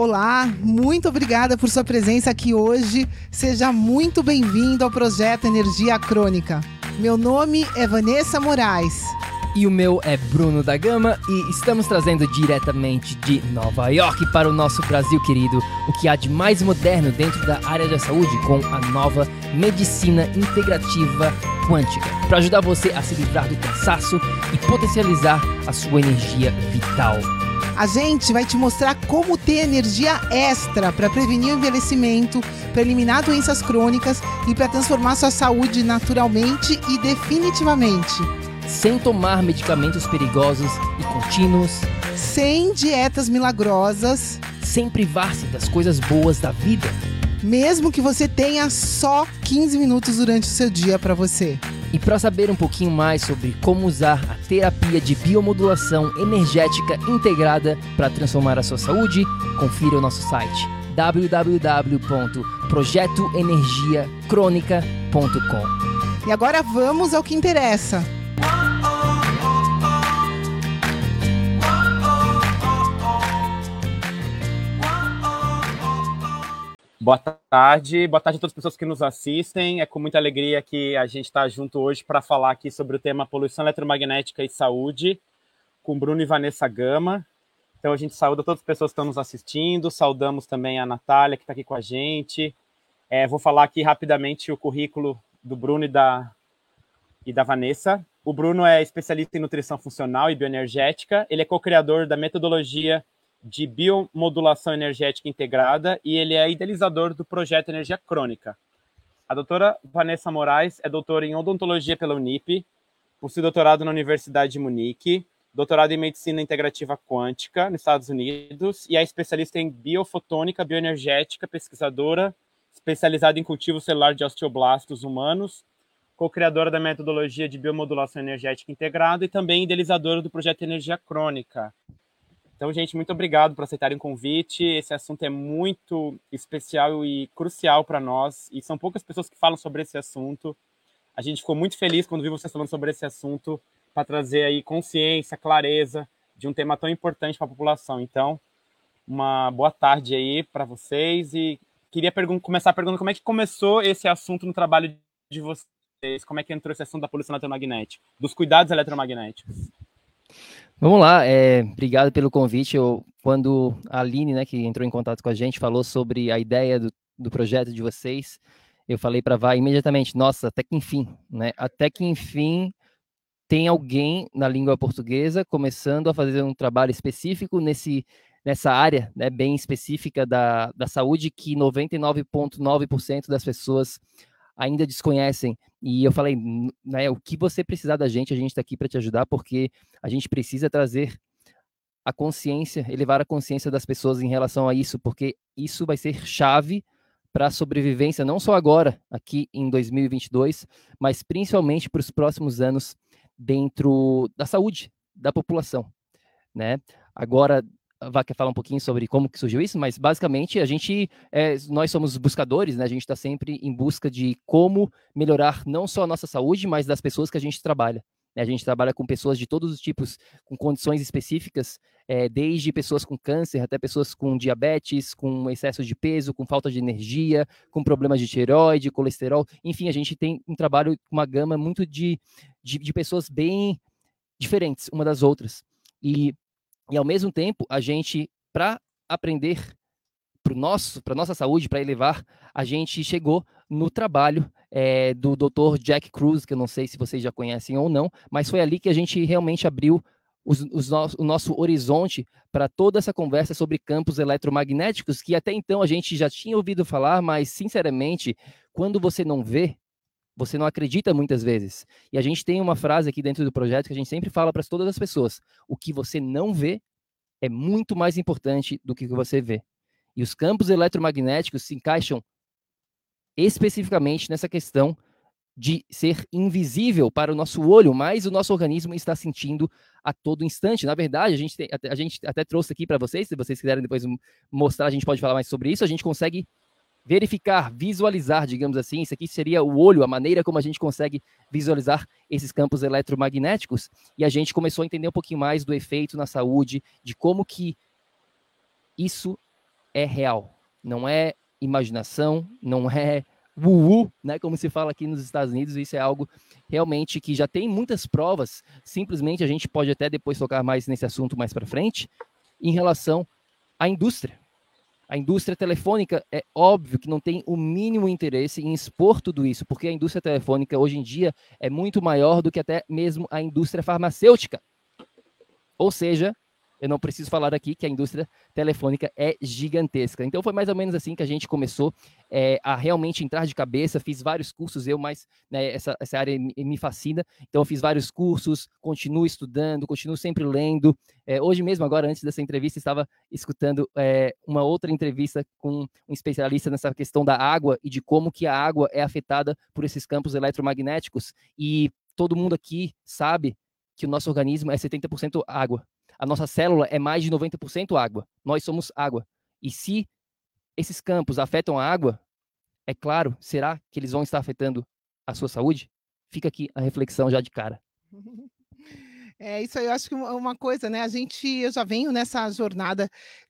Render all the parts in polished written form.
Olá, muito obrigada por sua presença aqui hoje. Seja muito bem-vindo ao projeto Energia Crônica. Meu nome é Vanessa Moraes. E o meu é Bruno da Gama e estamos trazendo diretamente de Nova York para o nosso Brasil querido o que há de mais moderno dentro da área da saúde com a nova medicina integrativa quântica, para ajudar você a se livrar do cansaço e potencializar a sua energia vital. A gente vai te mostrar como ter energia extra para prevenir o envelhecimento, para eliminar doenças crônicas e para transformar sua saúde naturalmente e definitivamente. Sem tomar medicamentos perigosos e contínuos. Sem dietas milagrosas. Sem privar-se das coisas boas da vida. Mesmo que você tenha só 15 minutos durante o seu dia para você. E para saber um pouquinho mais sobre como usar a terapia de biomodulação energética integrada para transformar a sua saúde, confira o nosso site www.projetoenergiacronica.com. E agora vamos ao que interessa. Boa tarde a todas as pessoas que nos assistem. É com muita alegria que a gente está junto hoje para falar aqui sobre o tema poluição eletromagnética e saúde, com Bruno e Vanessa Gama. Então a gente saúda todas as pessoas que estão nos assistindo, saudamos também a Natália, que está aqui com a gente. Vou falar aqui rapidamente o currículo do Bruno e da Vanessa. O Bruno é especialista em nutrição funcional e bioenergética, ele é co-criador da metodologia de biomodulação energética integrada e ele é idealizador do projeto Energia Crônica. A doutora Vanessa Moraes é doutora em odontologia pela Unip, possui doutorado na Universidade de Munique, doutorado em medicina integrativa quântica nos Estados Unidos e é especialista em biofotônica bioenergética, pesquisadora especializada em cultivo celular de osteoblastos humanos, co-criadora da metodologia de biomodulação energética integrada e também idealizadora do projeto Energia Crônica. Então, gente, muito obrigado por aceitarem o convite. Esse assunto é muito especial e crucial para nós, e são poucas pessoas que falam sobre esse assunto. A gente ficou muito feliz quando viu vocês falando sobre esse assunto, para trazer aí consciência, clareza de um tema tão importante para a população. Então, uma boa tarde aí para vocês, e queria começar perguntando como é que começou esse assunto no trabalho de vocês, como é que entrou esse assunto da poluição eletromagnética, dos cuidados eletromagnéticos. Vamos lá, obrigado pelo convite. Quando a Aline, né, que entrou em contato com a gente, falou sobre a ideia do projeto de vocês, eu falei para a Vá imediatamente, nossa, até que enfim, né? Até que enfim tem alguém na língua portuguesa começando a fazer um trabalho específico nessa área, né, bem específica da saúde, que 99,9% das pessoas ainda desconhecem. E eu falei, né, o que você precisar da gente, a gente está aqui para te ajudar, porque a gente precisa trazer a consciência, elevar a consciência das pessoas em relação a isso, porque isso vai ser chave para a sobrevivência, não só agora, aqui em 2022, mas principalmente para os próximos anos dentro da saúde da população, né? Agora, a Vá quer falar um pouquinho sobre como que surgiu isso, mas basicamente nós somos buscadores, né? A gente está sempre em busca de como melhorar não só a nossa saúde, mas das pessoas que a gente trabalha. A gente trabalha com pessoas de todos os tipos, com condições específicas, desde pessoas com câncer até pessoas com diabetes, com excesso de peso, com falta de energia, com problemas de tireoide, colesterol. Enfim, a gente tem um trabalho com uma gama muito de pessoas bem diferentes uma das outras. E ao mesmo tempo, a gente, para aprender para nossa saúde, para elevar, a gente chegou no trabalho do Dr. Jack Kruse, que eu não sei se vocês já conhecem ou não, mas foi ali que a gente realmente abriu o nosso horizonte para toda essa conversa sobre campos eletromagnéticos, que até então a gente já tinha ouvido falar, mas, sinceramente, quando você não vê, você não acredita muitas vezes. E a gente tem uma frase aqui dentro do projeto que a gente sempre fala para todas as pessoas: o que você não vê é muito mais importante do que o que você vê. E os campos eletromagnéticos se encaixam especificamente nessa questão de ser invisível para o nosso olho, mas o nosso organismo está sentindo a todo instante. Na verdade, a gente até trouxe aqui para vocês, se vocês quiserem depois mostrar, a gente pode falar mais sobre isso, a gente consegue verificar, visualizar, digamos assim, isso aqui seria o olho, a maneira como a gente consegue visualizar esses campos eletromagnéticos, e a gente começou a entender um pouquinho mais do efeito na saúde, de como que isso é real, não é imaginação, não é né, como se fala aqui nos Estados Unidos. Isso é algo realmente que já tem muitas provas. Simplesmente a gente pode até depois tocar mais nesse assunto mais para frente, em relação à indústria. A indústria telefônica é óbvio que não tem o mínimo interesse em expor tudo isso, porque a indústria telefônica hoje em dia é muito maior do que até mesmo a indústria farmacêutica. Ou seja, eu não preciso falar aqui que a indústria telefônica é gigantesca. Então foi mais ou menos assim que a gente começou a realmente entrar de cabeça. Fiz vários cursos, né, essa área me fascina. Então eu fiz vários cursos, continuo estudando, continuo sempre lendo. Hoje mesmo, agora, antes dessa entrevista, estava escutando uma outra entrevista com um especialista nessa questão da água e de como que a água é afetada por esses campos eletromagnéticos. E todo mundo aqui sabe que o nosso organismo é 70% água. A nossa célula é mais de 90% água. Nós somos água. E se esses campos afetam a água, é claro, será que eles vão estar afetando a sua saúde? Fica aqui a reflexão já de cara. Isso aí, eu acho que uma coisa, né? Eu já venho nessa jornada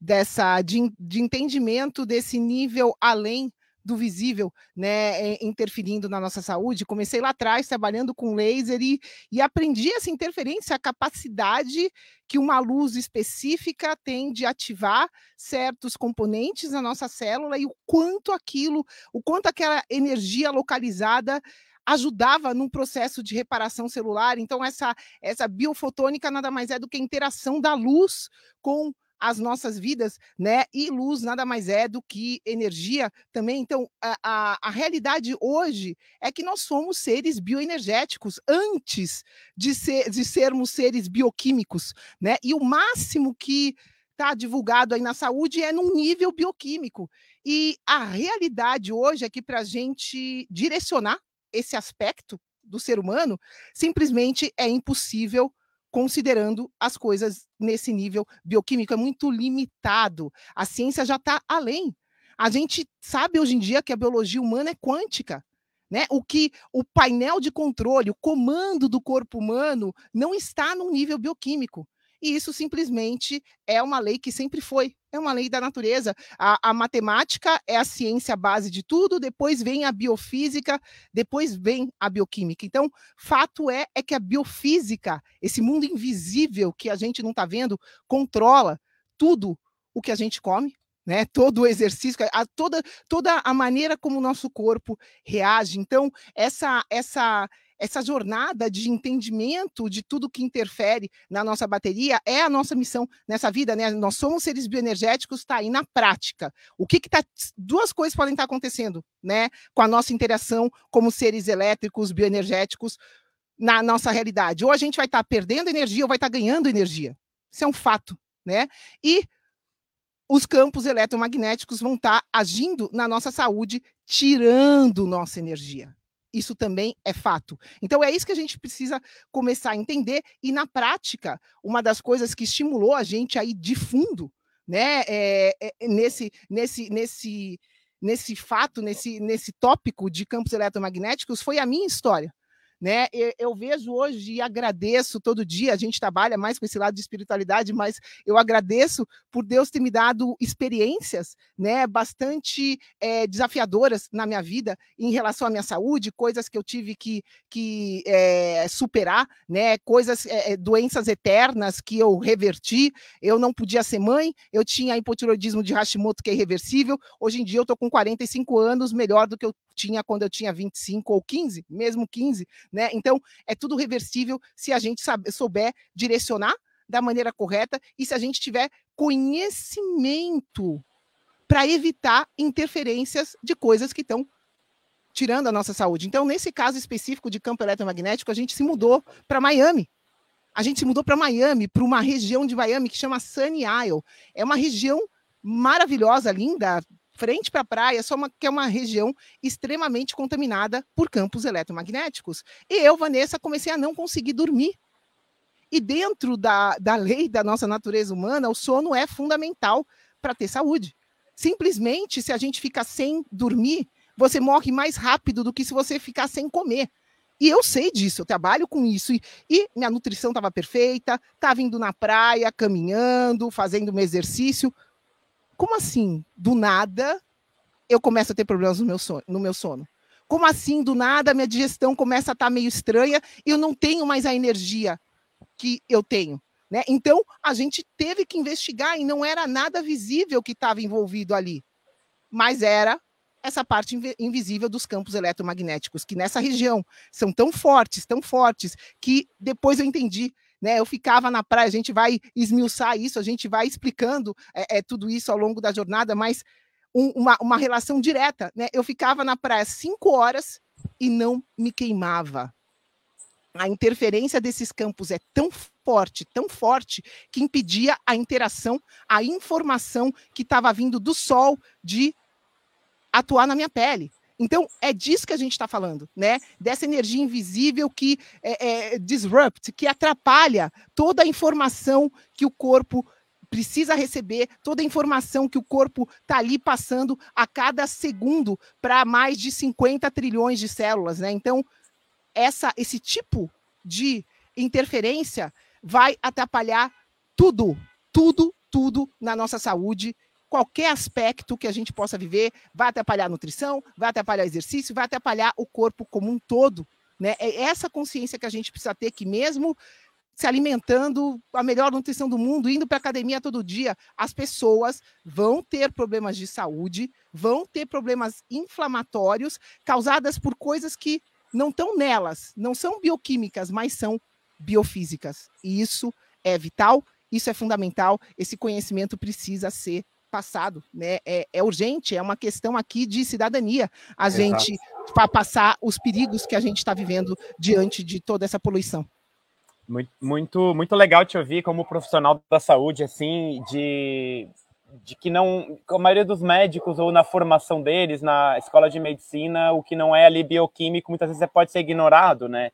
de entendimento desse nível além do visível, né, interferindo na nossa saúde. Comecei lá atrás trabalhando com laser e aprendi essa interferência, a capacidade que uma luz específica tem de ativar certos componentes na nossa célula e o quanto aquela energia localizada ajudava num processo de reparação celular. Então, essa biofotônica nada mais é do que a interação da luz com as nossas vidas, né? E luz nada mais é do que energia também. Então, a realidade hoje é que nós somos seres bioenergéticos antes de sermos seres bioquímicos, né? E o máximo que está divulgado aí na saúde é num nível bioquímico. E a realidade hoje é que para a gente direcionar esse aspecto do ser humano, simplesmente é impossível considerando as coisas nesse nível bioquímico, é muito limitado. A ciência já está além. A gente sabe hoje em dia que a biologia humana é quântica, né? O painel de controle, o comando do corpo humano não está num nível bioquímico. E isso simplesmente é uma lei que sempre foi, é uma lei da natureza. A matemática é a ciência base de tudo, depois vem a biofísica, depois vem a bioquímica. Então, fato é que a biofísica, esse mundo invisível que a gente não está vendo, controla tudo o que a gente come, né? Todo o exercício, toda a maneira como o nosso corpo reage. Então, essa jornada de entendimento de tudo que interfere na nossa bateria é a nossa missão nessa vida, né? Nós somos seres bioenergéticos, está aí na prática. Duas coisas podem estar acontecendo, né? Com a nossa interação como seres elétricos, bioenergéticos, na nossa realidade. Ou a gente vai estar perdendo energia ou vai estar ganhando energia. Isso é um fato, né? E os campos eletromagnéticos vão estar agindo na nossa saúde, tirando nossa energia. Isso também é fato. Então, é isso que a gente precisa começar a entender. E, na prática, uma das coisas que estimulou a gente a ir de fundo, né, nesse fato, nesse tópico de campos eletromagnéticos, foi a minha história. Né? Eu vejo hoje e agradeço todo dia, a gente trabalha mais com esse lado de espiritualidade, mas eu agradeço por Deus ter me dado experiências, né, bastante desafiadoras na minha vida em relação à minha saúde, coisas que eu tive que superar, né, doenças eternas que eu reverti. Eu não podia ser mãe, eu tinha hipotiroidismo de Hashimoto, que é irreversível. Hoje em dia eu estou com 45 anos, melhor do que eu tinha quando eu tinha 25 ou 15, mesmo 15, né? Então, é tudo reversível se a gente souber direcionar da maneira correta e se a gente tiver conhecimento para evitar interferências de coisas que estão tirando a nossa saúde. Então, nesse caso específico de campo eletromagnético, a gente se mudou para Miami. A gente se mudou para Miami, para uma região de Miami que chama Sunny Isle. É uma região maravilhosa, linda, frente para a praia, que é uma região extremamente contaminada por campos eletromagnéticos. E eu, Vanessa, comecei a não conseguir dormir. E dentro da lei da nossa natureza humana, o sono é fundamental para ter saúde. Simplesmente, se a gente fica sem dormir, você morre mais rápido do que se você ficar sem comer. E eu sei disso, eu trabalho com isso. E minha nutrição estava perfeita, estava indo na praia, caminhando, fazendo meu exercício. como assim, do nada, eu começo a ter problemas no meu sono? Como assim, do nada, a minha digestão começa a estar meio estranha e eu não tenho mais a energia que eu tenho? Né? Então, a gente teve que investigar e não era nada visível que estava envolvido ali, mas era essa parte invisível dos campos eletromagnéticos, que nessa região são tão fortes, que depois eu entendi. Né, eu ficava na praia, a gente vai esmiuçar isso, a gente vai explicando tudo isso ao longo da jornada, mas uma relação direta. Né? Eu ficava na praia 5 horas e não me queimava. A interferência desses campos é tão forte, que impedia a interação, a informação que estava vindo do sol de atuar na minha pele. Então, é disso que a gente está falando, né? Dessa energia invisível que disrupt, que atrapalha toda a informação que o corpo precisa receber, toda a informação que o corpo está ali passando a cada segundo para mais de 50 trilhões de células, né? Então, esse tipo de interferência vai atrapalhar tudo na nossa saúde. Qualquer aspecto que a gente possa viver, vai atrapalhar a nutrição, vai atrapalhar o exercício, vai atrapalhar o corpo como um todo. Né? É essa consciência que a gente precisa ter, que mesmo se alimentando a melhor nutrição do mundo, indo para a academia todo dia, as pessoas vão ter problemas de saúde, vão ter problemas inflamatórios, causadas por coisas que não estão nelas, não são bioquímicas, mas são biofísicas. E isso é vital, isso é fundamental, esse conhecimento precisa ser passado, né? É urgente, é uma questão aqui de cidadania, a gente para passar os perigos que a gente está vivendo diante de toda essa poluição. Muito legal te ouvir como profissional da saúde, assim, de que não, a maioria dos médicos ou na formação deles, na escola de medicina, o que não é ali bioquímico, muitas vezes pode ser ignorado, né?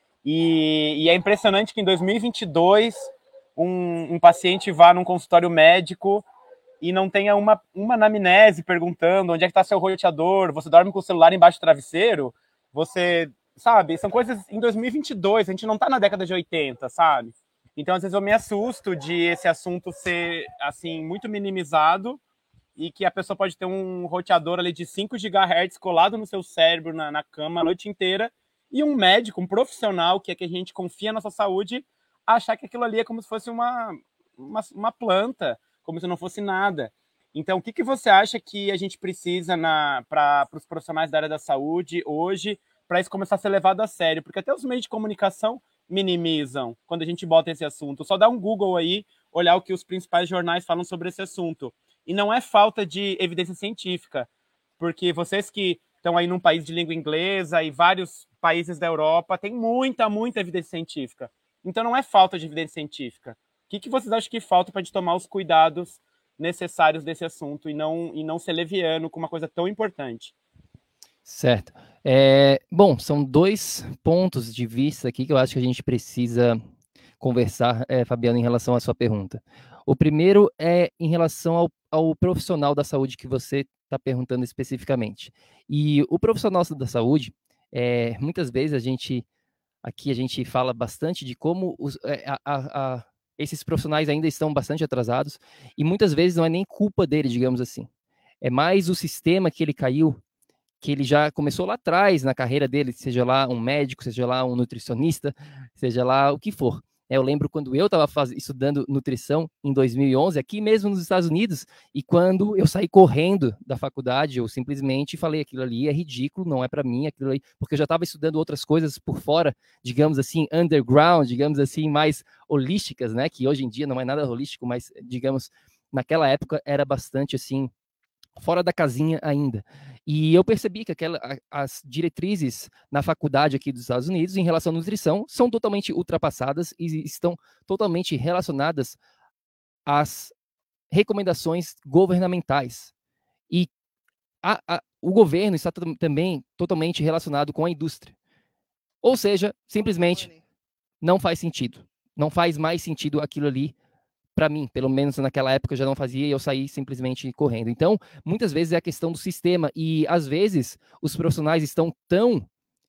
E é impressionante que em 2022 um paciente vá num consultório médico e não tenha uma anamnese perguntando onde é que está seu roteador, você dorme com o celular embaixo do travesseiro, você, sabe, são coisas em 2022, a gente não está na década de 80, sabe? Então, às vezes eu me assusto de esse assunto ser, assim, muito minimizado e que a pessoa pode ter um roteador ali de 5 GHz colado no seu cérebro, na cama, a noite inteira, e um médico, um profissional, que é que a gente confia na nossa saúde, achar que aquilo ali é como se fosse uma planta, como se não fosse nada. Então, o que você acha que a gente precisa para os profissionais da área da saúde hoje, para isso começar a ser levado a sério? Porque até os meios de comunicação minimizam quando a gente bota esse assunto. Só dá um Google aí, olhar o que os principais jornais falam sobre esse assunto. E não é falta de evidência científica, porque vocês que estão aí num país de língua inglesa e vários países da Europa, tem muita evidência científica. Então não é falta de evidência científica. O que vocês acham que falta para a gente tomar os cuidados necessários desse assunto e não ser leviano com uma coisa tão importante? Certo. Bom, são 2 pontos de vista aqui que eu acho que a gente precisa conversar, Fabiano, em relação à sua pergunta. O primeiro é em relação ao profissional da saúde que você está perguntando especificamente. E o profissional da saúde, muitas vezes a gente fala bastante de como esses profissionais ainda estão bastante atrasados e muitas vezes não é nem culpa dele, digamos assim. É mais o sistema que ele caiu, que ele já começou lá atrás na carreira dele, seja lá um médico, seja lá um nutricionista, seja lá o que for. Eu lembro quando eu estava estudando nutrição em 2011, aqui mesmo nos Estados Unidos, e quando eu saí correndo da faculdade, eu simplesmente falei, aquilo ali é ridículo, não é para mim, aquilo ali, porque eu já estava estudando outras coisas por fora, digamos assim, underground, digamos assim, mais holísticas, né, que hoje em dia não é nada holístico, mas, digamos, naquela época era bastante, assim, fora da casinha ainda. E eu percebi que as diretrizes na faculdade aqui dos Estados Unidos em relação à nutrição são totalmente ultrapassadas e estão totalmente relacionadas às recomendações governamentais. E o governo está também totalmente relacionado com a indústria. Ou seja, simplesmente não faz sentido. Não faz mais sentido aquilo ali para mim, pelo menos naquela época eu já não fazia e eu saí simplesmente correndo. Então, muitas vezes é a questão do sistema e, às vezes, os profissionais estão tão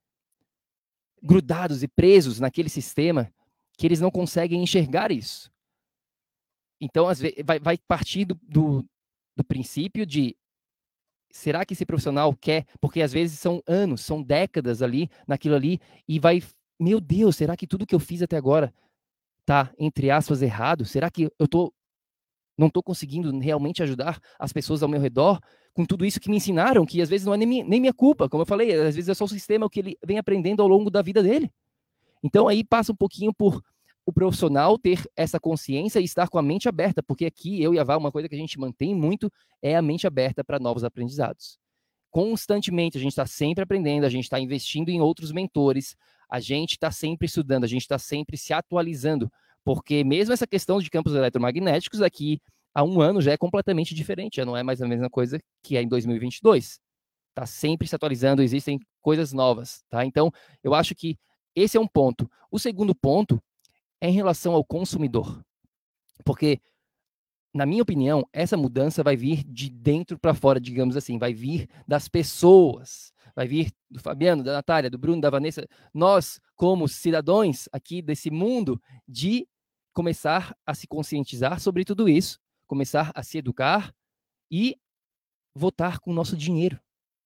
grudados e presos naquele sistema que eles não conseguem enxergar isso. Então, às vezes, vai partir do princípio de será que esse profissional quer? Porque às vezes são anos, são décadas ali, naquilo ali, e vai, meu Deus, será que tudo que eu fiz até agora tá, entre aspas, errado? Será que eu não estou conseguindo realmente ajudar as pessoas ao meu redor com tudo isso que me ensinaram, que às vezes não é nem minha culpa, como eu falei, às vezes é só o sistema que ele vem aprendendo ao longo da vida dele. Então aí passa um pouquinho por o profissional ter essa consciência e estar com a mente aberta, porque aqui, eu e a Val, uma coisa que a gente mantém muito é a mente aberta para novos aprendizados. Constantemente, a gente está sempre aprendendo, a gente está investindo em outros mentores, a gente está sempre estudando, a gente está sempre se atualizando, porque mesmo essa questão de campos eletromagnéticos aqui há um ano já é completamente diferente, já não é mais a mesma coisa que é em 2022. Está sempre se atualizando, existem coisas novas, tá? Então, eu acho que esse é um ponto. O segundo ponto é em relação ao consumidor. Porque, na minha opinião, essa mudança vai vir de dentro para fora, digamos assim, vai vir das pessoas, vai vir do Fabiano, da Natália, do Bruno, da Vanessa, nós, como cidadãos aqui desse mundo, de começar a se conscientizar sobre tudo isso, começar a se educar e votar com o nosso dinheiro.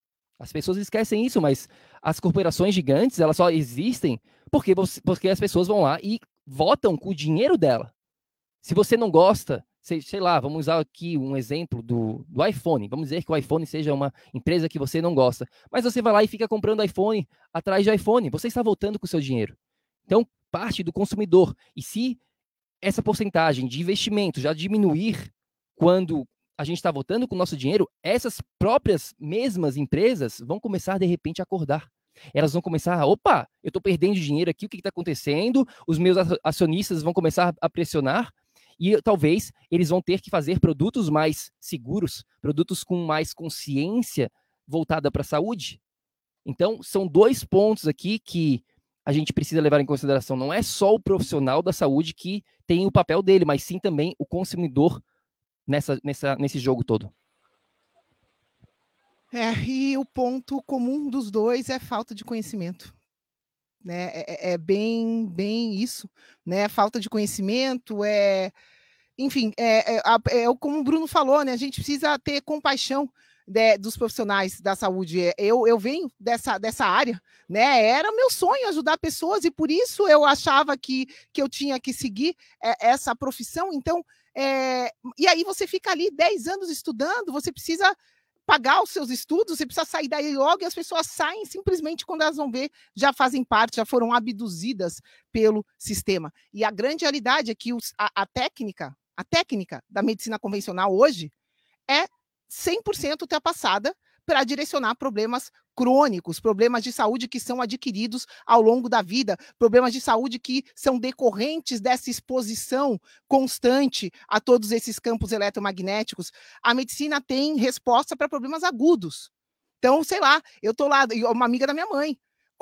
As pessoas esquecem isso, mas as corporações gigantes, elas só existem porque as pessoas vão lá e votam com o dinheiro dela. Se você não gosta, sei lá, vamos usar aqui um exemplo do iPhone. Vamos dizer que o iPhone seja uma empresa que você não gosta. Mas você vai lá e fica comprando iPhone atrás de iPhone. Você está votando com o seu dinheiro. Então, parte do consumidor. E se essa porcentagem de investimento já diminuir quando a gente está votando com o nosso dinheiro, essas próprias mesmas empresas vão começar, de repente, a acordar. Elas vão começar, opa, eu estou perdendo dinheiro aqui, o que está acontecendo? Os meus acionistas vão começar a pressionar e talvez eles vão ter que fazer produtos mais seguros, produtos com mais consciência voltada para a saúde. Então, são dois pontos aqui que a gente precisa levar em consideração. Não é só o profissional da saúde que tem o papel dele, mas sim também o consumidor nesse jogo todo. E o ponto comum dos dois é falta de conhecimento. Né? É bem isso, né? Falta de conhecimento, enfim, como o Bruno falou, né? A gente precisa ter compaixão dos profissionais da saúde. Eu venho dessa área, né? Era meu sonho ajudar pessoas e por isso eu achava que eu tinha que seguir essa profissão. Então, e aí você fica ali 10 anos estudando, você precisa pagar os seus estudos, você precisa sair daí logo e as pessoas saem simplesmente quando elas vão ver, já fazem parte, já foram abduzidas pelo sistema. E a grande realidade é que a técnica da medicina convencional hoje é 100% ultrapassada para direcionar problemas crônicos, problemas de saúde que são adquiridos ao longo da vida, problemas de saúde que são decorrentes dessa exposição constante a todos esses campos eletromagnéticos. A medicina tem resposta para problemas agudos. Então, sei lá, eu estou lá, uma amiga da minha mãe,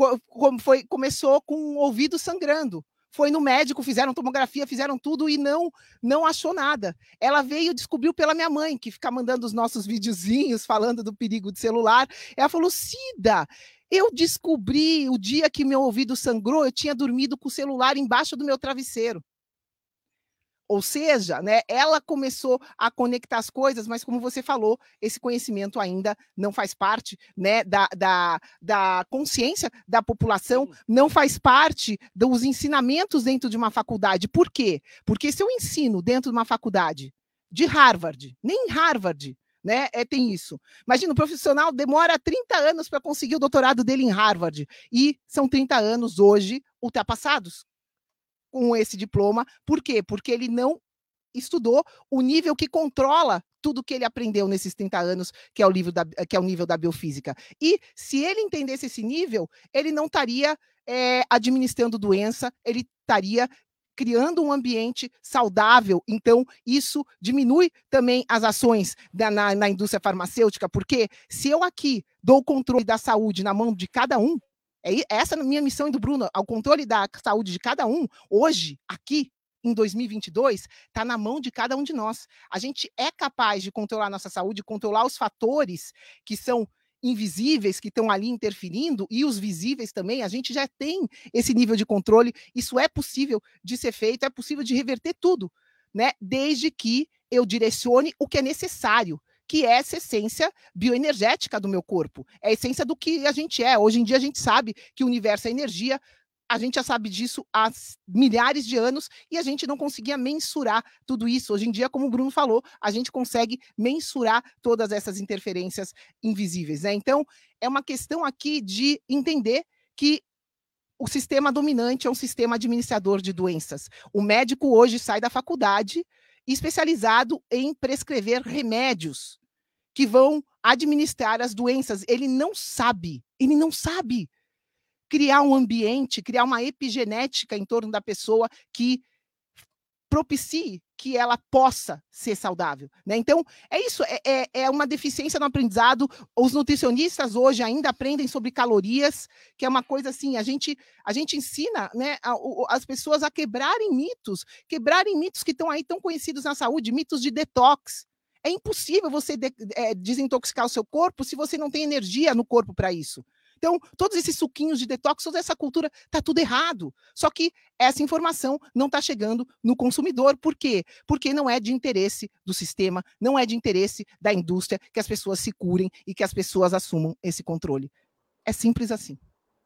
começou com o ouvido sangrando. Foi no médico, fizeram tomografia, fizeram tudo e não achou nada. Ela veio e descobriu pela minha mãe, que fica mandando os nossos videozinhos falando do perigo de celular. Ela falou, Cida, eu descobri o dia que meu ouvido sangrou, eu tinha dormido com o celular embaixo do meu travesseiro. Ou seja, né, ela começou a conectar as coisas, mas como você falou, esse conhecimento ainda não faz parte, né, da consciência da população, não faz parte dos ensinamentos dentro de uma faculdade. Por quê? Porque se eu ensino dentro de uma faculdade de Harvard, nem em Harvard, né, tem isso. Imagina, o profissional demora 30 anos para conseguir o doutorado dele em Harvard, e são 30 anos hoje ultrapassados com esse diploma. Por quê? Porque ele não estudou o nível que controla tudo que ele aprendeu nesses 30 anos, que é o nível da biofísica. E se ele entendesse esse nível, ele não estaria administrando doença, ele estaria criando um ambiente saudável. Então, isso diminui também as ações na indústria farmacêutica, porque se eu aqui dou o controle da saúde na mão de cada um, essa é a minha missão e do Bruno, ao controle da saúde de cada um, hoje, aqui, em 2022, está na mão de cada um de nós. A gente é capaz de controlar a nossa saúde, controlar os fatores que são invisíveis, que estão ali interferindo, e os visíveis também. A gente já tem esse nível de controle, isso é possível de ser feito, é possível de reverter tudo, né? Desde que eu direcione o que é necessário, que é essa essência bioenergética do meu corpo, é a essência do que a gente é. Hoje em dia a gente sabe que o universo é energia, a gente já sabe disso há milhares de anos e a gente não conseguia mensurar tudo isso. Hoje em dia, como o Bruno falou, a gente consegue mensurar todas essas interferências invisíveis, né? Então, é uma questão aqui de entender que o sistema dominante é um sistema administrador de doenças. O médico hoje sai da faculdade especializado em prescrever remédios que vão administrar as doenças. Ele não sabe criar um ambiente, criar uma epigenética em torno da pessoa que propicie que ela possa ser saudável, né? Então, é isso, é uma deficiência no aprendizado. Os nutricionistas hoje ainda aprendem sobre calorias, que é uma coisa assim, a gente ensina, né, as pessoas a quebrarem mitos que estão aí tão conhecidos na saúde, mitos de detox. É impossível você desintoxicar o seu corpo se você não tem energia no corpo para isso. Então, todos esses suquinhos de detox, toda essa cultura, está tudo errado. Só que essa informação não está chegando no consumidor. Por quê? Porque não é de interesse do sistema, não é de interesse da indústria que as pessoas se curem e que as pessoas assumam esse controle. É simples assim.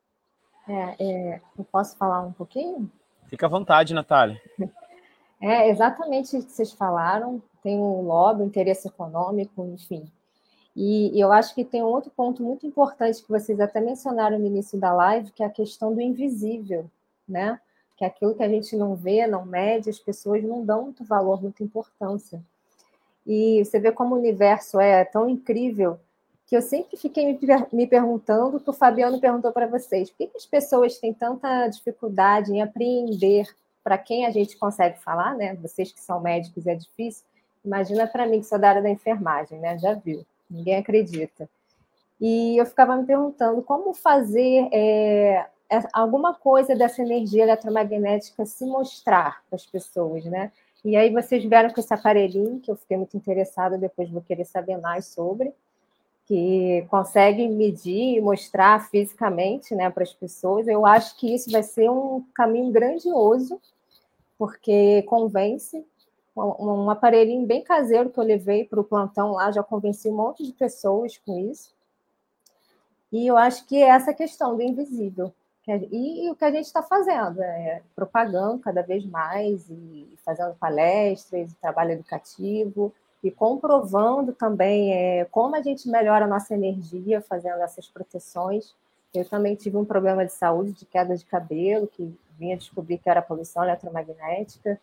Eu posso falar um pouquinho? Fica à vontade, Natália. É exatamente o que vocês falaram. Tem um lobby, um interesse econômico, enfim. E eu acho que tem um outro ponto muito importante que vocês até mencionaram no início da live, que é a questão do invisível, né? Que é aquilo que a gente não vê, não mede, as pessoas não dão muito valor, muita importância. E você vê como o universo é tão incrível que eu sempre fiquei me perguntando, que o Fabiano perguntou para vocês, por que as pessoas têm tanta dificuldade em apreender para quem a gente consegue falar, né? Vocês que são médicos é difícil, imagina para mim que sou da área da enfermagem, né? Já viu. Ninguém acredita. E eu ficava me perguntando como fazer alguma coisa dessa energia eletromagnética se mostrar para as pessoas, né? E aí vocês vieram com esse aparelhinho, que eu fiquei muito interessada, depois vou querer saber mais sobre, que consegue medir e mostrar fisicamente, né, para as pessoas. Eu acho que isso vai ser um caminho grandioso, porque convence. Um aparelhinho bem caseiro que eu levei para o plantão lá, já convenci um monte de pessoas com isso. E eu acho que é essa questão do invisível. E o que a gente está fazendo é propagando cada vez mais, e fazendo palestras, trabalho educativo, e comprovando também como a gente melhora a nossa energia fazendo essas proteções. Eu também tive um problema de saúde, de queda de cabelo, que vinha descobrir que era poluição eletromagnética.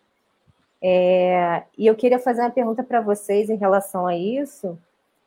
E eu queria fazer uma pergunta para vocês em relação a isso.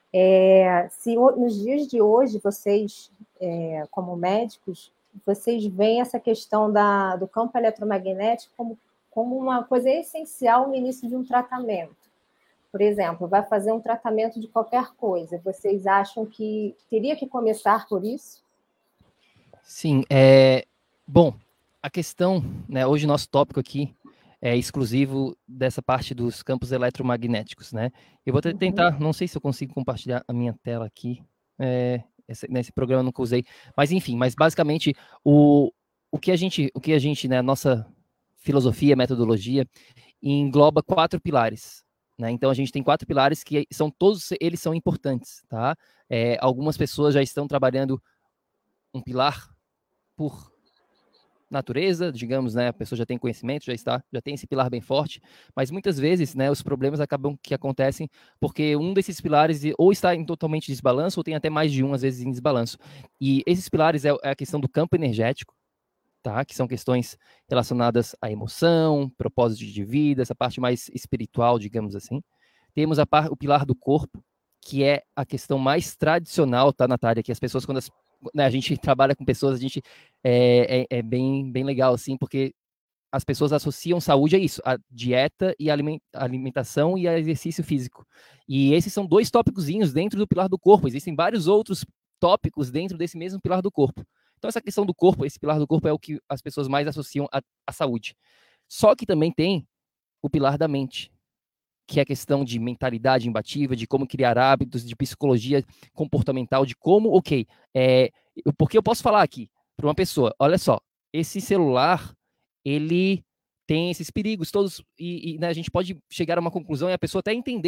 Se nos dias de hoje, vocês, como médicos, vocês veem essa questão do campo eletromagnético como uma coisa essencial no início de um tratamento. Por exemplo, vai fazer um tratamento de qualquer coisa. Vocês acham que teria que começar por isso? Sim. Bom, a questão, né, hoje o nosso tópico aqui é exclusivo dessa parte dos campos eletromagnéticos, né? Eu vou tentar, não sei se eu consigo compartilhar a minha tela aqui, nesse programa eu nunca usei, mas enfim, basicamente o que a gente, né, nossa filosofia, metodologia, engloba 4 pilares, né? Então a gente tem 4 pilares que todos eles são importantes, tá? Algumas pessoas já estão trabalhando um pilar por natureza, digamos, né, a pessoa já tem conhecimento, já tem esse pilar bem forte, mas muitas vezes, né, os problemas acontecem porque um desses pilares ou está em totalmente desbalanço ou tem até mais de um, às vezes, em desbalanço. E esses pilares é a questão do campo energético, tá? Que são questões relacionadas à emoção, propósito de vida, essa parte mais espiritual, digamos assim. Temos o pilar do corpo, que é a questão mais tradicional, tá, Natália? Que as pessoas, quando a gente trabalha com pessoas, a gente é bem legal, assim, porque as pessoas associam saúde a isso, a dieta e alimentação e a exercício físico. E esses são 2 tópicozinhos dentro do pilar do corpo. Existem vários outros tópicos dentro desse mesmo pilar do corpo. Então, essa questão do corpo, esse pilar do corpo é o que as pessoas mais associam à saúde. Só que também tem o pilar da mente, que é a questão de mentalidade imbatível, de como criar hábitos, de psicologia comportamental, de como, porque eu posso falar aqui para uma pessoa, olha só, esse celular, ele tem esses perigos todos, né, a gente pode chegar a uma conclusão e a pessoa até entender,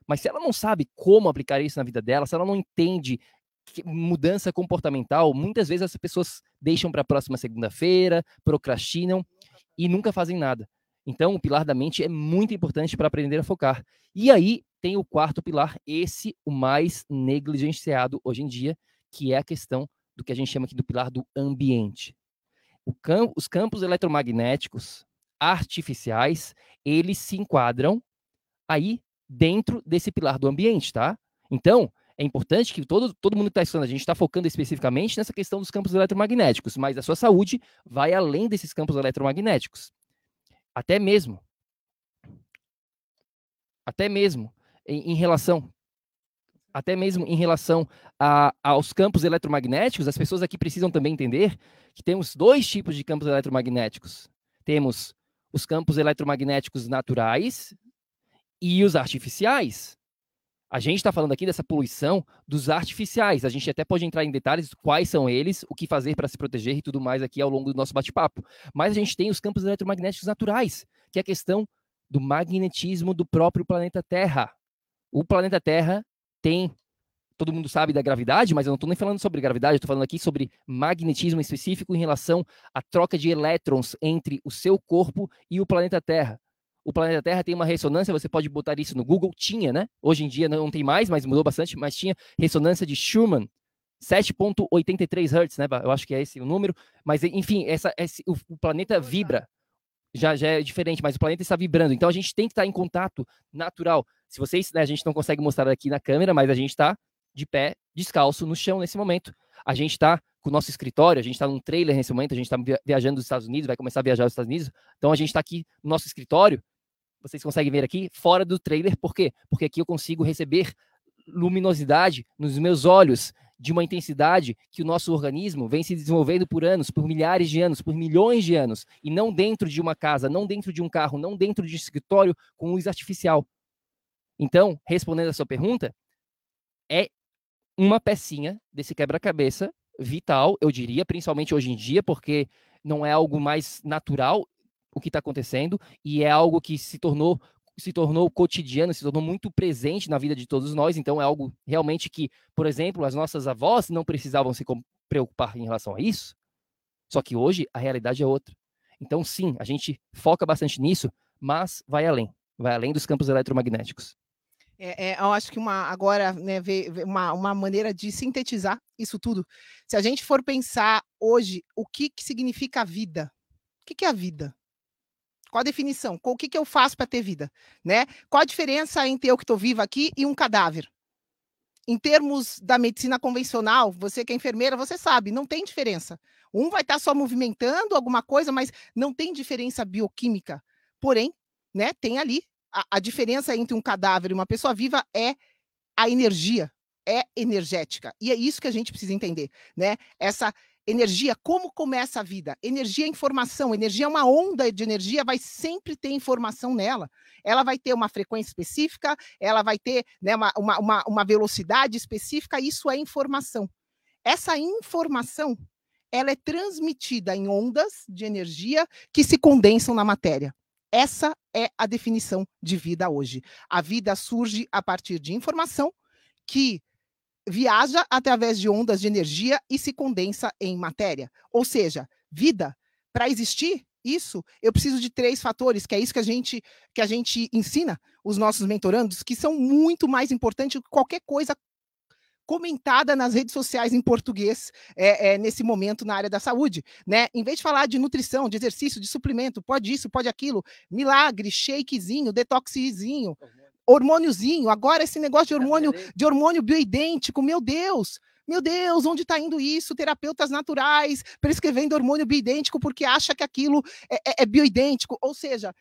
Mas se ela não sabe como aplicar isso na vida dela, se ela não entende mudança comportamental, muitas vezes as pessoas deixam para a próxima segunda-feira, procrastinam e nunca fazem nada. Então, o pilar da mente é muito importante para aprender a focar. E aí tem o quarto pilar, esse o mais negligenciado hoje em dia, que é a questão do que a gente chama aqui do pilar do ambiente. Os campos eletromagnéticos artificiais, eles se enquadram aí dentro desse pilar do ambiente, tá? Então, é importante que todo mundo que está estudando, a gente está focando especificamente nessa questão dos campos eletromagnéticos, mas a sua saúde vai além desses campos eletromagnéticos. Até mesmo em relação aos campos eletromagnéticos, as pessoas aqui precisam também entender que temos dois tipos de campos eletromagnéticos. Temos os campos eletromagnéticos naturais e os artificiais. A gente está falando aqui dessa poluição dos artificiais. A gente até pode entrar em detalhes quais são eles, o que fazer para se proteger e tudo mais aqui ao longo do nosso bate-papo. Mas a gente tem os campos eletromagnéticos naturais, que é a questão do magnetismo do próprio planeta Terra. O planeta Terra tem... Todo mundo sabe da gravidade, mas eu não estou nem falando sobre gravidade, eu estou falando aqui sobre magnetismo específico em relação à troca de elétrons entre o seu corpo e o planeta Terra. O planeta Terra tem uma ressonância, você pode botar isso no Google, tinha, né? Hoje em dia não tem mais, mas mudou bastante, mas tinha ressonância de Schumann, 7.83 Hz, né? Eu acho que é esse o número, mas enfim, o planeta vibra, já é diferente, mas o planeta está vibrando, então a gente tem que estar em contato natural. Se vocês, né, a gente não consegue mostrar aqui na câmera, mas a gente está de pé, descalço, no chão nesse momento. A gente está com o nosso escritório, a gente está num trailer nesse momento, a gente está viajando dos Estados Unidos, vai começar a viajar dos Estados Unidos, então a gente está aqui no nosso escritório, vocês conseguem ver aqui, fora do trailer, por quê? Porque aqui eu consigo receber luminosidade nos meus olhos, de uma intensidade que o nosso organismo vem se desenvolvendo por anos, por milhares de anos, por milhões de anos, e não dentro de uma casa, não dentro de um carro, não dentro de um escritório com luz artificial. Então, respondendo a sua pergunta, é uma pecinha desse quebra-cabeça vital, eu diria, principalmente hoje em dia, porque não é algo mais natural o que está acontecendo, e é algo que se tornou cotidiano, se tornou muito presente na vida de todos nós, então é algo realmente que, por exemplo, as nossas avós não precisavam se preocupar em relação a isso, só que hoje a realidade é outra. Então sim, a gente foca bastante nisso, mas vai além dos campos eletromagnéticos. Eu acho que agora, né, uma maneira de sintetizar isso tudo, se a gente for pensar hoje, o que significa a vida? O que é a vida? Qual a definição? O que eu faço para ter vida? Né? Qual a diferença entre eu que estou viva aqui e um cadáver? Em termos da medicina convencional, você que é enfermeira, você sabe, não tem diferença. Um vai estar só movimentando alguma coisa, mas não tem diferença bioquímica. Porém, né, tem ali a diferença entre um cadáver e uma pessoa viva é a energia, é energética. E é isso que a gente precisa entender, né? Essa energia, como começa a vida? Energia é informação, energia é uma onda de energia, vai sempre ter informação nela. Ela vai ter uma frequência específica, ela vai ter, né, uma velocidade específica, isso é informação. Essa informação, ela é transmitida em ondas de energia que se condensam na matéria. Essa é a definição de vida hoje. A vida surge a partir de informação que viaja através de ondas de energia e se condensa em matéria. Ou seja, vida, para existir isso, eu preciso de 3 fatores, que é isso que a gente ensina os nossos mentorandos, que são muito mais importantes que qualquer coisa comentada nas redes sociais em português nesse momento na área da saúde, né? Em vez de falar de nutrição, de exercício, de suplemento, pode isso, pode aquilo, milagre, shakezinho, detoxizinho, hormôniozinho, agora esse negócio de hormônio bioidêntico, meu Deus, onde está indo isso? Terapeutas naturais prescrevendo hormônio bioidêntico porque acha que aquilo é bioidêntico, ou seja,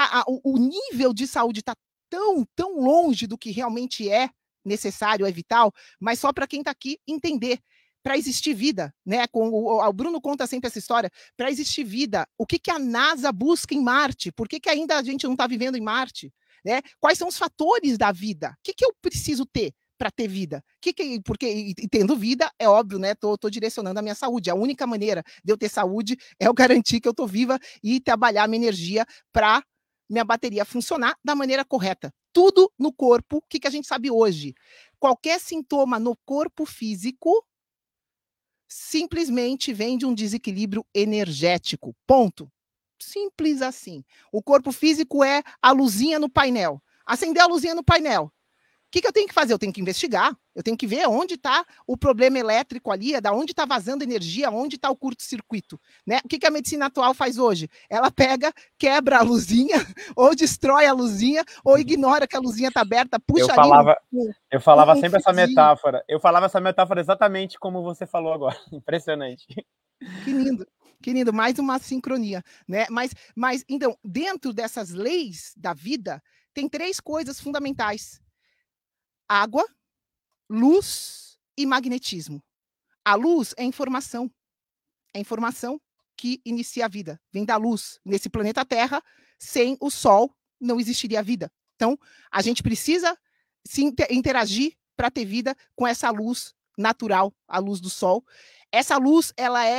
o nível de saúde está tão longe do que realmente é necessário, é vital, mas só para quem está aqui entender. Para existir vida, né? O Bruno conta sempre essa história. Para existir vida, o que a NASA busca em Marte? Por que ainda a gente não está vivendo em Marte? Né? Quais são os fatores da vida? O que eu preciso ter para ter vida? Porque tendo vida, é óbvio, né? Tô direcionando a minha saúde. A única maneira de eu ter saúde é eu garantir que eu estou viva e trabalhar a minha energia para minha bateria funcionar da maneira correta. Tudo no corpo, o que a gente sabe hoje? Qualquer sintoma no corpo físico simplesmente vem de um desequilíbrio energético. Ponto. Simples assim. O corpo físico é a luzinha no painel. Acender a luzinha no painel. O que eu tenho que fazer? Eu tenho que investigar, eu tenho que ver onde está o problema elétrico ali, da onde está vazando energia, onde está o curto-circuito. Né? O que a medicina atual faz hoje? Ela pega, quebra a luzinha, ou destrói a luzinha, ou ignora que a luzinha está aberta, puxa eu falava sempre essa metáfora. Eu falava essa metáfora exatamente como você falou agora. Impressionante. Que lindo. Que lindo, mais uma sincronia, né? Mas então, dentro dessas leis da vida, tem 3 coisas fundamentais: água, luz e magnetismo. A luz é informação. É informação que inicia a vida. Vem da luz. Nesse planeta Terra, sem o Sol, não existiria vida. Então, a gente precisa se interagir para ter vida com essa luz natural, a luz do Sol. Essa luz,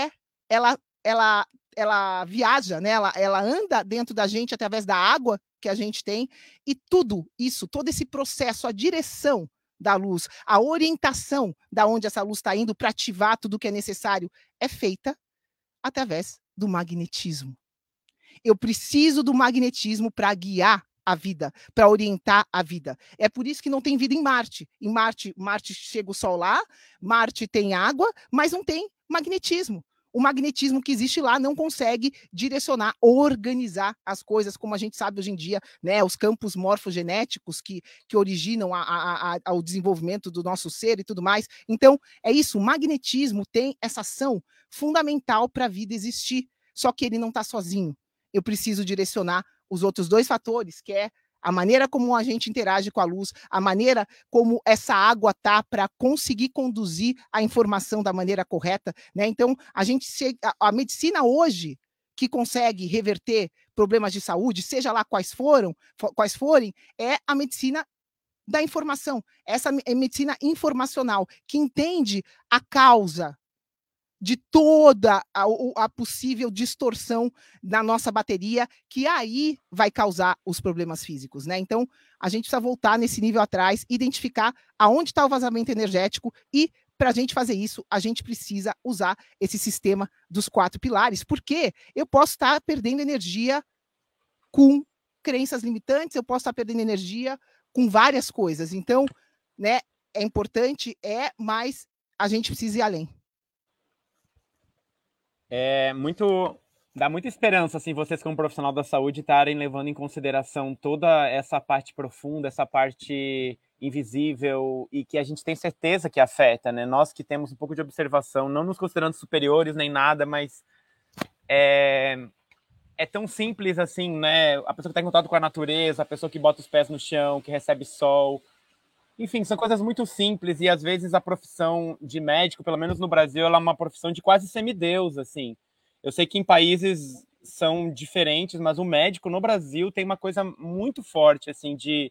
ela viaja, né? Ela anda dentro da gente através da água que a gente tem, e tudo isso, todo esse processo, a direção da luz, a orientação da onde essa luz está indo para ativar tudo que é necessário, é feita através do magnetismo. Eu preciso do magnetismo para guiar a vida, para orientar a vida. É por isso que não tem vida em Marte. Em Marte chega o Sol lá, Marte tem água, mas não tem magnetismo. O magnetismo que existe lá não consegue direcionar, organizar as coisas, como a gente sabe hoje em dia, né? Os campos morfogenéticos que originam ao desenvolvimento do nosso ser e tudo mais. Então, é isso, o magnetismo tem essa ação fundamental para a vida existir, só que ele não está sozinho. Eu preciso direcionar os outros 2 fatores, que é a maneira como a gente interage com a luz, a maneira como essa água tá para conseguir conduzir a informação da maneira correta, né? Então, a medicina hoje que consegue reverter problemas de saúde, seja lá quais forem, é a medicina da informação, essa é medicina informacional, que entende a causa de toda a possível distorção da nossa bateria, que aí vai causar os problemas físicos, né? Então, a gente precisa voltar nesse nível atrás, identificar aonde está o vazamento energético, e para a gente fazer isso, a gente precisa usar esse sistema dos 4 pilares, porque eu posso estar perdendo energia com crenças limitantes, eu posso estar perdendo energia com várias coisas. Então, né, é importante, mas a gente precisa ir além. Dá muita esperança, assim, vocês como profissional da saúde estarem levando em consideração toda essa parte profunda, essa parte invisível, e que a gente tem certeza que afeta, né? Nós que temos um pouco de observação, não nos considerando superiores nem nada, mas é tão simples assim, né? A pessoa que está em contato com a natureza, a pessoa que bota os pés no chão, que recebe sol. Enfim, são coisas muito simples, e às vezes a profissão de médico, pelo menos no Brasil, ela é uma profissão de quase semideus, assim. Eu sei que em países são diferentes, mas o médico no Brasil tem uma coisa muito forte, assim, de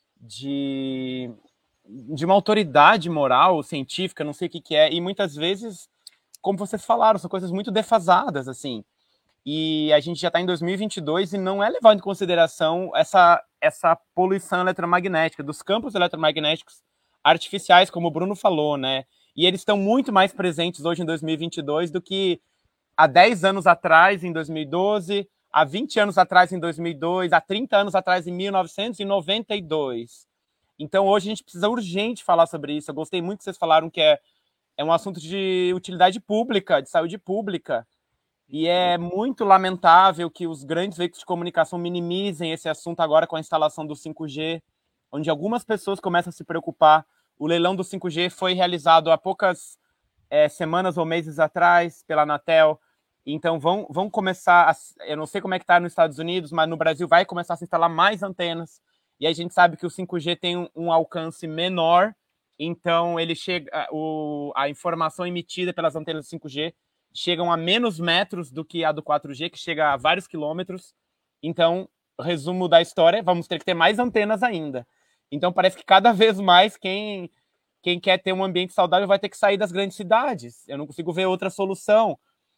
uma autoridade moral, científica, não sei o que é, e muitas vezes, como vocês falaram, são coisas muito defasadas, assim. E a gente já está em 2022 e não é levado em consideração essa poluição eletromagnética, dos campos eletromagnéticos artificiais, como o Bruno falou, né? E eles estão muito mais presentes hoje em 2022 do que há 10 anos atrás, em 2012, há 20 anos atrás, em 2002, há 30 anos atrás, em 1992. Então, hoje a gente precisa urgente falar sobre isso. Eu gostei muito que vocês falaram que é um assunto de utilidade pública, de saúde pública. E é muito lamentável que os grandes veículos de comunicação minimizem esse assunto agora com a instalação do 5G, onde algumas pessoas começam a se preocupar. O leilão do 5G foi realizado há poucas semanas ou meses atrás pela Anatel. Então vão começar, eu não sei como é que está nos Estados Unidos, mas no Brasil vai começar a se instalar mais antenas. E a gente sabe que o 5G tem um alcance menor, então ele chega, a informação emitida pelas antenas do 5G chegam a menos metros do que a do 4G, que chega a vários quilômetros. Então, resumo da história, vamos ter que ter mais antenas ainda. Então, parece que cada vez mais quem quer ter um ambiente saudável vai ter que sair das grandes cidades. Eu não consigo ver outra solução.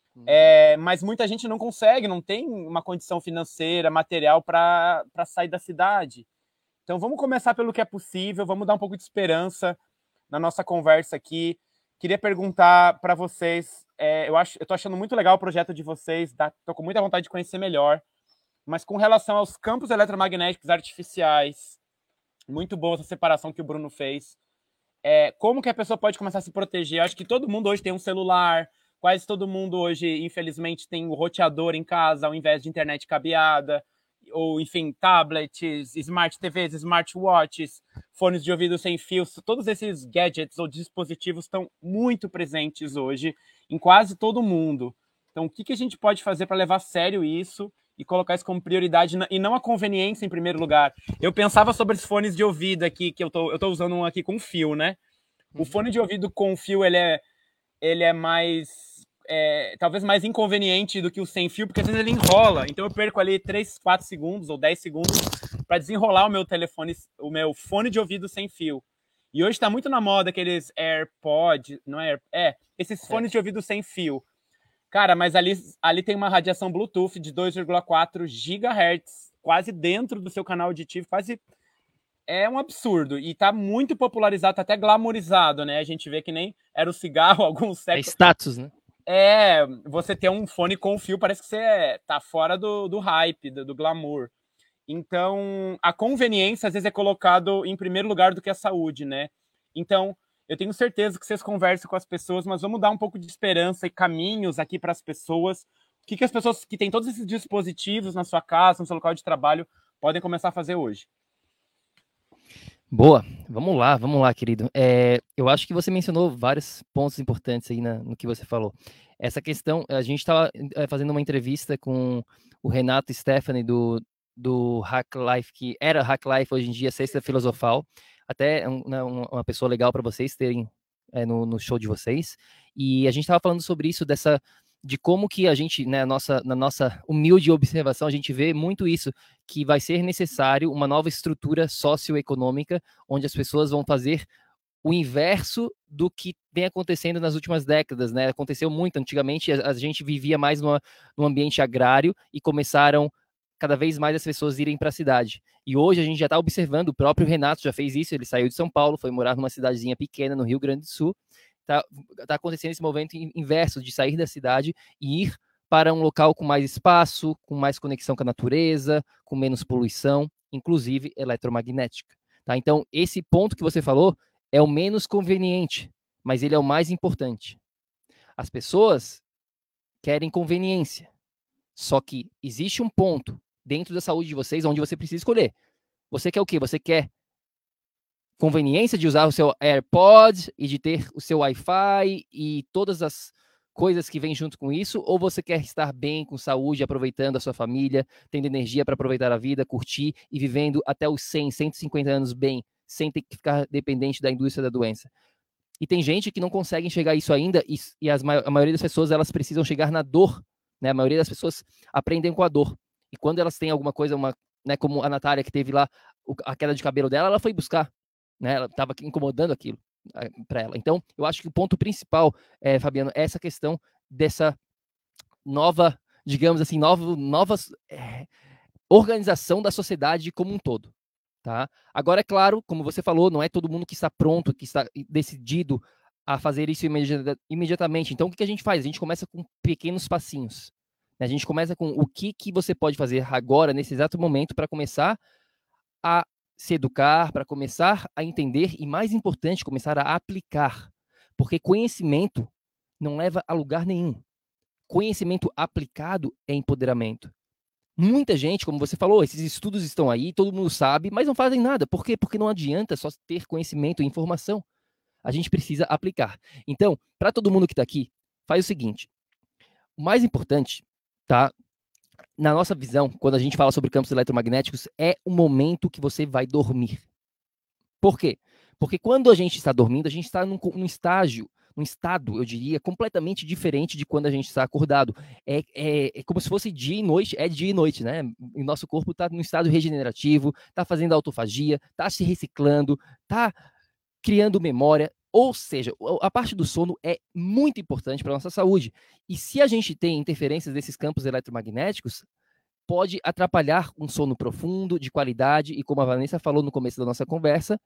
Mas muita gente não consegue, não tem uma condição financeira, material para sair da cidade. Então vamos começar pelo que é possível, vamos dar um pouco de esperança na nossa conversa aqui. Queria perguntar para vocês, eu estou achando muito legal o projeto de vocês, estou com muita vontade de conhecer melhor, mas com relação aos campos eletromagnéticos artificiais, muito boa essa separação que o Bruno fez. Como que a pessoa pode começar a se proteger? Eu acho que todo mundo hoje tem um celular, quase todo mundo hoje, infelizmente, tem o roteador em casa ao invés de internet cabeada, ou, enfim, tablets, smart TVs, smartwatches, fones de ouvido sem fio. Todos esses gadgets ou dispositivos estão muito presentes hoje em quase todo mundo. Então, o que a gente pode fazer para levar a sério isso e colocar isso como prioridade e não a conveniência em primeiro lugar? Eu pensava sobre os fones de ouvido aqui, que eu tô usando um aqui com fio, né? O fone de ouvido com fio, ele é mais... talvez mais inconveniente do que o sem fio, porque às vezes ele enrola. Então eu perco ali 3, 4 segundos ou 10 segundos para desenrolar o meu telefone, o meu fone de ouvido sem fio. E hoje está muito na moda aqueles AirPods, não é? Esses fones de ouvido sem fio. Cara, mas ali tem uma radiação Bluetooth de 2,4 GHz, quase dentro do seu canal auditivo, quase... É um absurdo. E tá muito popularizado, tá até glamourizado, né? A gente vê que nem era o cigarro alguns séculos. É status, né? Você ter um fone com fio, parece que você tá fora do hype, do glamour. Então, a conveniência, às vezes, é colocado em primeiro lugar do que a saúde, né? Então, eu tenho certeza que vocês conversam com as pessoas, mas vamos dar um pouco de esperança e caminhos aqui para as pessoas. O que as pessoas que têm todos esses dispositivos na sua casa, no seu local de trabalho, podem começar a fazer hoje? Boa, vamos lá, querido. Eu acho que você mencionou vários pontos importantes aí no que você falou. Essa questão, a gente estava fazendo uma entrevista com o Renato Stephanie do Hack Life, que era Hack Life, hoje em dia Sexta Filosofal, até uma pessoa legal para vocês terem no show de vocês, e a gente estava falando sobre isso, de como que a gente, né, na nossa humilde observação, a gente vê muito isso, que vai ser necessário uma nova estrutura socioeconômica, onde as pessoas vão fazer o inverso do que vem acontecendo nas últimas décadas, né? Aconteceu muito, antigamente a gente vivia mais num ambiente agrário e começaram cada vez mais as pessoas irem para a cidade. E hoje a gente já está observando, o próprio Renato já fez isso, ele saiu de São Paulo, foi morar numa cidadezinha pequena no Rio Grande do Sul. Tá acontecendo esse movimento inverso de sair da cidade e ir para um local com mais espaço, com mais conexão com a natureza, com menos poluição, inclusive eletromagnética. Tá? Então, esse ponto que você falou é o menos conveniente, mas ele é o mais importante. As pessoas querem conveniência, só que existe um ponto dentro da saúde de vocês onde você precisa escolher. Você quer o quê? Você quer conveniência de usar o seu AirPod e de ter o seu Wi-Fi e todas as coisas que vêm junto com isso, ou você quer estar bem, com saúde, aproveitando a sua família, tendo energia para aproveitar a vida, curtir e vivendo até os 100, 150 anos bem, sem ter que ficar dependente da indústria da doença. E tem gente que não consegue enxergar isso ainda, e a maioria das pessoas, elas precisam chegar na dor, né? A maioria das pessoas aprendem com a dor. E quando elas têm alguma coisa, né, como a Natália, que teve lá a queda de cabelo dela, ela foi buscar. Né, ela estava incomodando aquilo para ela. Então, eu acho que o ponto principal, Fabiano, é essa questão dessa nova, digamos assim, nova organização da sociedade como um todo. Tá? Agora, é claro, como você falou, não é todo mundo que está pronto, que está decidido a fazer isso imediatamente. Então, o que a gente faz? A gente começa com pequenos passinhos. Né? A gente começa com o que você pode fazer agora, nesse exato momento, para começar a se educar, para começar a entender e, mais importante, começar a aplicar. Porque conhecimento não leva a lugar nenhum. Conhecimento aplicado é empoderamento. Muita gente, como você falou, esses estudos estão aí, todo mundo sabe, mas não fazem nada. Por quê? Porque não adianta só ter conhecimento e informação. A gente precisa aplicar. Então, para todo mundo que está aqui, faz o seguinte. O mais importante, tá? Na nossa visão, quando a gente fala sobre campos eletromagnéticos, é o momento que você vai dormir. Por quê? Porque quando a gente está dormindo, a gente está num estado, eu diria, completamente diferente de quando a gente está acordado. É como se fosse dia e noite, é dia e noite, né? O nosso corpo está num estado regenerativo, está fazendo autofagia, está se reciclando, está criando memória. Ou seja, a parte do sono é muito importante para a nossa saúde. E se a gente tem interferências desses campos eletromagnéticos, pode atrapalhar um sono profundo, de qualidade, e como a Vanessa falou no começo da nossa conversa,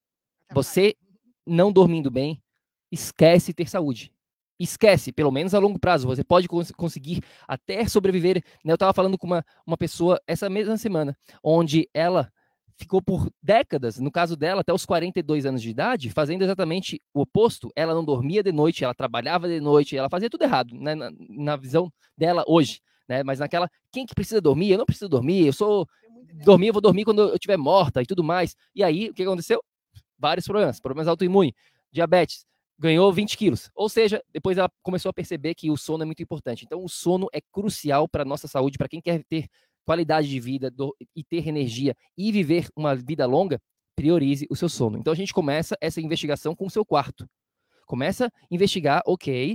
você não dormindo bem, esquece ter saúde. Esquece, pelo menos a longo prazo. Você pode conseguir até sobreviver. Eu estava falando com uma pessoa essa mesma semana, onde ela ficou por décadas, no caso dela, até os 42 anos de idade, fazendo exatamente o oposto. Ela não dormia de noite, ela trabalhava de noite, ela fazia tudo errado, né, na visão dela hoje. Né? Mas naquela, quem que precisa dormir? Eu não preciso dormir, eu vou dormir quando eu estiver morta e tudo mais. E aí, o que aconteceu? Vários problemas autoimunes, diabetes, ganhou 20 quilos. Ou seja, depois ela começou a perceber que o sono é muito importante. Então, o sono é crucial para a nossa saúde, para quem quer ter qualidade de vida e ter energia e viver uma vida longa, priorize o seu sono. Então, a gente começa essa investigação com o seu quarto. Começa a investigar, ok,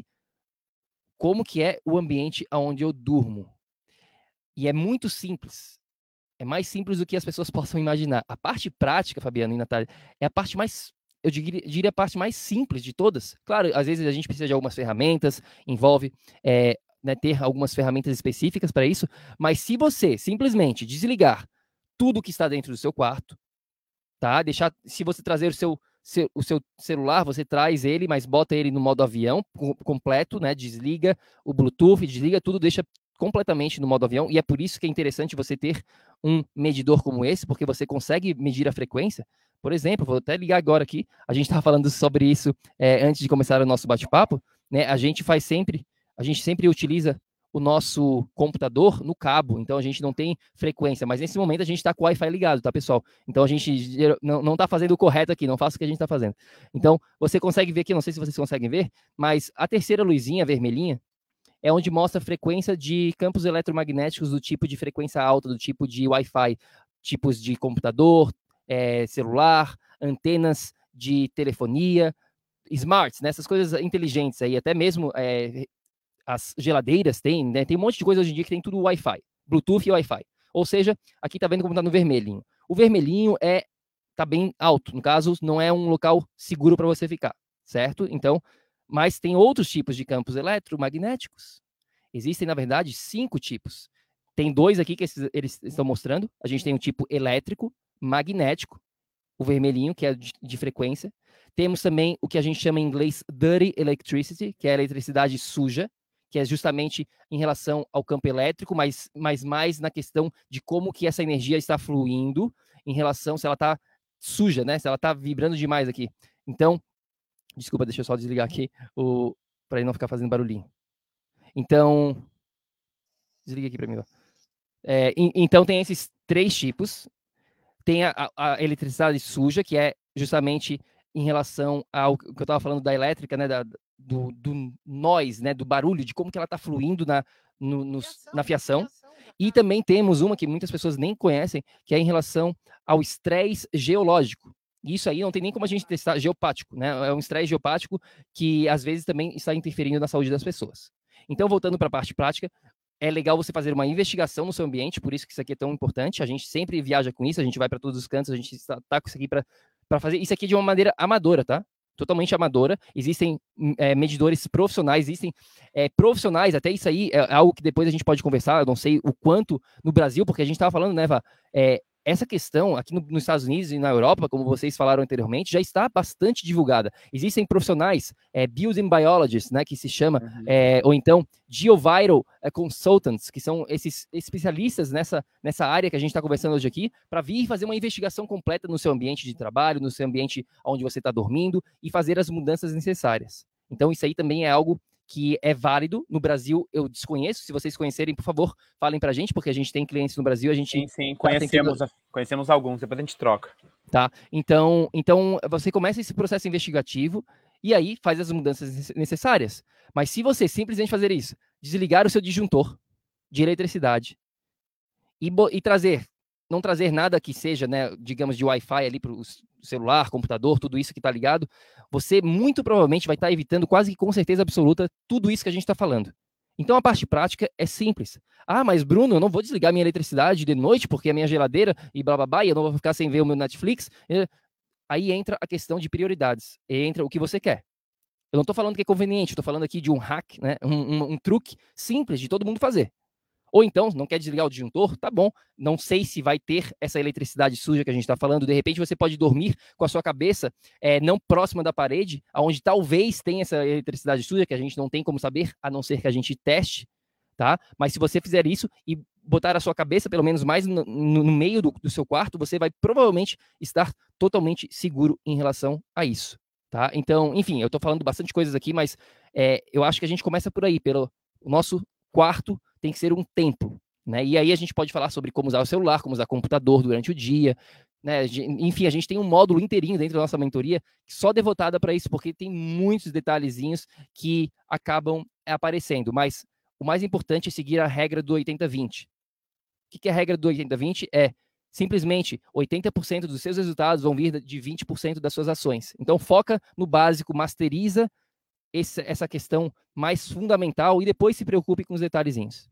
como que é o ambiente onde eu durmo. E é muito simples. É mais simples do que as pessoas possam imaginar. A parte prática, Fabiano e Natália, é a parte mais, eu diria a parte mais simples de todas. Claro, às vezes a gente precisa de algumas ferramentas, envolve ter algumas ferramentas específicas para isso, mas se você simplesmente desligar tudo que está dentro do seu quarto, tá? Se você trazer o seu celular, você traz ele, mas bota ele no modo avião completo, né? Desliga o Bluetooth, desliga tudo, deixa completamente no modo avião, e é por isso que é interessante você ter um medidor como esse, porque você consegue medir a frequência. Por exemplo, vou até ligar agora aqui, a gente estava falando sobre isso antes de começar o nosso bate-papo, né? A gente sempre utiliza o nosso computador no cabo, então a gente não tem frequência, mas nesse momento a gente está com o Wi-Fi ligado, tá, pessoal? Então a gente não está fazendo o correto aqui, não faça o que a gente está fazendo. Então, você consegue ver aqui, não sei se vocês conseguem ver, mas a terceira luzinha vermelhinha é onde mostra a frequência de campos eletromagnéticos do tipo de frequência alta, do tipo de Wi-Fi, tipos de computador, celular, antenas de telefonia, smarts, né, essas coisas inteligentes aí, até mesmo as geladeiras tem, né, tem um monte de coisa hoje em dia que tem tudo Wi-Fi, Bluetooth e Wi-Fi. Ou seja, aqui tá vendo como tá no vermelhinho. O vermelhinho tá bem alto, no caso, não é um local seguro para você ficar, certo? Então, mas tem outros tipos de campos eletromagnéticos. Existem, na verdade, 5 tipos. Tem 2 aqui que eles estão mostrando. A gente tem um tipo elétrico, magnético, o vermelhinho, que é de frequência. Temos também o que a gente chama em inglês dirty electricity, que é a eletricidade suja, que é justamente em relação ao campo elétrico, mas mais na questão de como que essa energia está fluindo em relação se ela está suja, né? Se ela está vibrando demais aqui. Então, desculpa, deixa eu só desligar aqui para ele não ficar fazendo barulhinho. Então, desliga aqui para mim. Então, tem esses 3 tipos. Tem a eletricidade suja, que é justamente em relação ao que eu estava falando da elétrica, né, do noise, né, do barulho, de como que ela está fluindo na fiação. E também temos uma que muitas pessoas nem conhecem, que é em relação ao estresse geológico. Isso aí não tem nem como a gente testar geopático, né? É um estresse geopático que às vezes também está interferindo na saúde das pessoas. Então, voltando para a parte prática, é legal você fazer uma investigação no seu ambiente, por isso que isso aqui é tão importante. A gente sempre viaja com isso, a gente vai para todos os cantos, a gente está com isso aqui para fazer isso aqui de uma maneira amadora, tá? Totalmente amadora. Existem medidores profissionais, existem profissionais, até isso aí é algo que depois a gente pode conversar, eu não sei o quanto no Brasil, porque a gente estava falando, né, Vá, essa questão aqui nos Estados Unidos e na Europa, como vocês falaram anteriormente, já está bastante divulgada. Existem profissionais, building biologists, né, que se chama, ou então GeoViral Consultants, que são esses especialistas nessa área que a gente está conversando hoje aqui, para vir fazer uma investigação completa no seu ambiente de trabalho, no seu ambiente onde você está dormindo e fazer as mudanças necessárias. Então, isso aí também é algo que é válido. No Brasil, eu desconheço. Se vocês conhecerem, por favor, falem pra gente, porque a gente tem clientes no Brasil, a gente... Sim, conhecemos alguns, depois a gente troca. Tá, então você começa esse processo investigativo e aí faz as mudanças necessárias. Mas se você simplesmente fazer isso, desligar o seu disjuntor de eletricidade e não trazer nada que seja, né, digamos, de Wi-Fi ali para o celular, computador, tudo isso que está ligado, você muito provavelmente vai estar evitando quase que com certeza absoluta tudo isso que a gente está falando. Então a parte prática é simples. Ah, mas Bruno, eu não vou desligar minha eletricidade de noite porque a minha geladeira e blá blá blá, e eu não vou ficar sem ver o meu Netflix. aí entra a questão de prioridades, entra o que você quer. Eu não estou falando que é conveniente, estou falando aqui de um hack, né? Um truque simples de todo mundo fazer. Ou então, não quer desligar o disjuntor? Tá bom, não sei se vai ter essa eletricidade suja que a gente está falando, de repente você pode dormir com a sua cabeça não próxima da parede, onde talvez tenha essa eletricidade suja, que a gente não tem como saber, a não ser que a gente teste, tá? Mas se você fizer isso e botar a sua cabeça, pelo menos mais no meio do seu quarto, você vai provavelmente estar totalmente seguro em relação a isso, tá? Então, enfim, eu estou falando bastante coisas aqui, mas eu acho que a gente começa por aí, pelo nosso quarto tem que ser um templo, né? E aí a gente pode falar sobre como usar o celular, como usar o computador durante o dia, né? Enfim, a gente tem um módulo inteirinho dentro da nossa mentoria só devotada para isso, porque tem muitos detalhezinhos que acabam aparecendo, mas o mais importante é seguir a regra do 80-20. O que é a regra do 80-20? É simplesmente 80% dos seus resultados vão vir de 20% das suas ações. Então foca no básico, masteriza essa questão mais fundamental e depois se preocupe com os detalhezinhos.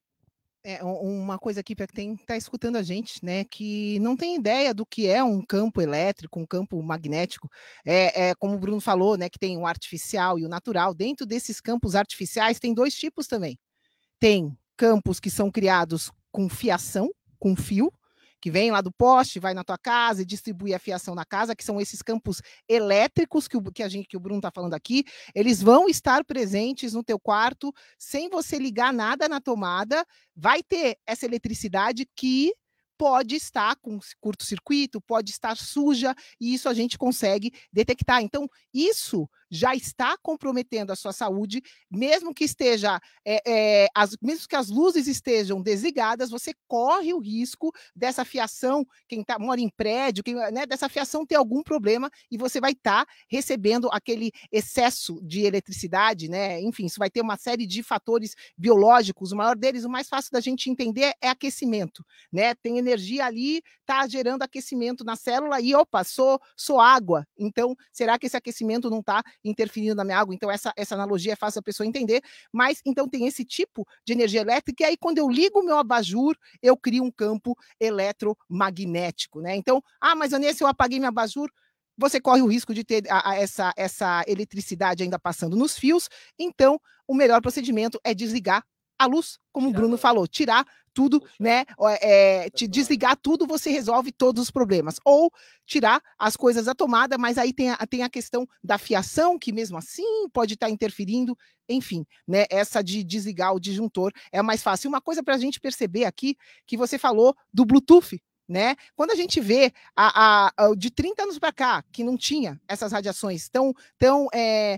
Uma coisa aqui para quem está escutando a gente, né, que não tem ideia do que é um campo elétrico, um campo magnético, como o Bruno falou, né, que tem o artificial e o natural. Dentro desses campos artificiais tem 2 tipos também. Tem campos que são criados com fiação, com fio, que vem lá do poste, vai na tua casa e distribui a fiação na casa, que são esses campos elétricos que o Bruno está falando aqui. Eles vão estar presentes no teu quarto, sem você ligar nada na tomada, vai ter essa eletricidade que pode estar com curto-circuito, pode estar suja, e isso a gente consegue detectar. Então, isso já está comprometendo a sua saúde, mesmo que esteja, mesmo que as luzes estejam desligadas, você corre o risco dessa fiação, quem mora em prédio, dessa fiação ter algum problema, e você vai estar recebendo aquele excesso de eletricidade, né? Enfim, isso vai ter uma série de fatores biológicos. O maior deles, o mais fácil da gente entender, é aquecimento, né? Tem energia ali, está gerando aquecimento na célula e, opa, sou água. Então, será que esse aquecimento não está interferindo na minha água? Então, essa analogia é fácil a pessoa entender, mas então tem esse tipo de energia elétrica, e aí quando eu ligo o meu abajur, eu crio um campo eletromagnético, né? Então, mas Anê, se eu apaguei meu abajur, você corre o risco de ter essa eletricidade ainda passando nos fios. Então, o melhor procedimento é desligar a luz, como o Bruno falou, tirar tudo, né? Desligar tudo, você resolve todos os problemas. Ou tirar as coisas da tomada, mas aí tem a questão da fiação, que mesmo assim pode estar interferindo. Enfim, né? Essa de desligar o disjuntor é mais fácil. Uma coisa para a gente perceber aqui, que você falou do Bluetooth, né? Quando a gente vê de 30 anos para cá, que não tinha essas radiações tão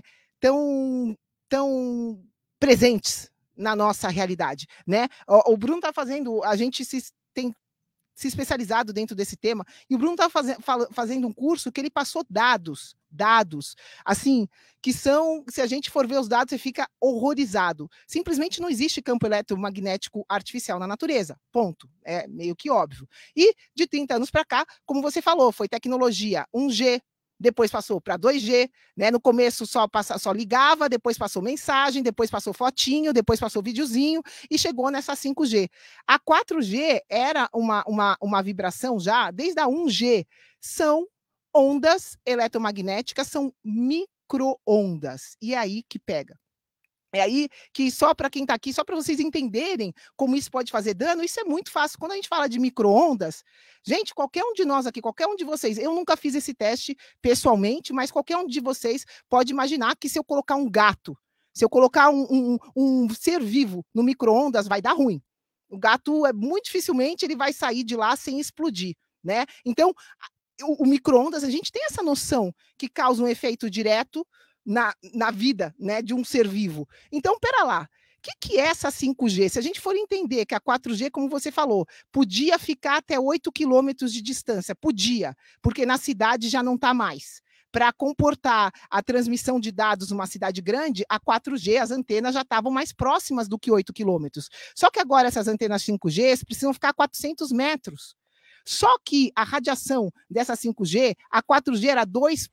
presentes na nossa realidade, né? O Bruno está fazendo, a gente tem se especializado dentro desse tema, e o Bruno está fazendo um curso que ele passou dados, assim, que são, se a gente for ver os dados, você fica horrorizado. Simplesmente não existe campo eletromagnético artificial na natureza, ponto. É meio que óbvio. E de 30 anos para cá, como você falou, foi tecnologia 1G, depois passou para 2G, né? No começo só ligava, depois passou mensagem, depois passou fotinho, depois passou videozinho e chegou nessa 5G. A 4G era uma vibração já, desde a 1G. São ondas eletromagnéticas, são micro-ondas. E é aí que pega. É aí que, só para quem está aqui, só para vocês entenderem como isso pode fazer dano, isso é muito fácil. Quando a gente fala de micro-ondas, gente, qualquer um de nós aqui, qualquer um de vocês, eu nunca fiz esse teste pessoalmente, mas qualquer um de vocês pode imaginar que se eu colocar um gato, se eu colocar um ser vivo no micro-ondas, vai dar ruim. O gato, muito dificilmente, ele vai sair de lá sem explodir, né? Então, o micro-ondas, a gente tem essa noção que causa um efeito direto na vida, né, de um ser vivo. Então, pera lá, o que é essa 5G? Se a gente for entender que a 4G, como você falou, podia ficar até 8 quilômetros de distância, podia, porque na cidade já não está mais. Para comportar a transmissão de dados numa cidade grande, a 4G, as antenas já estavam mais próximas do que 8 quilômetros. Só que agora essas antenas 5G precisam ficar a 400 metros. Só que a radiação dessa 5G, a 4G era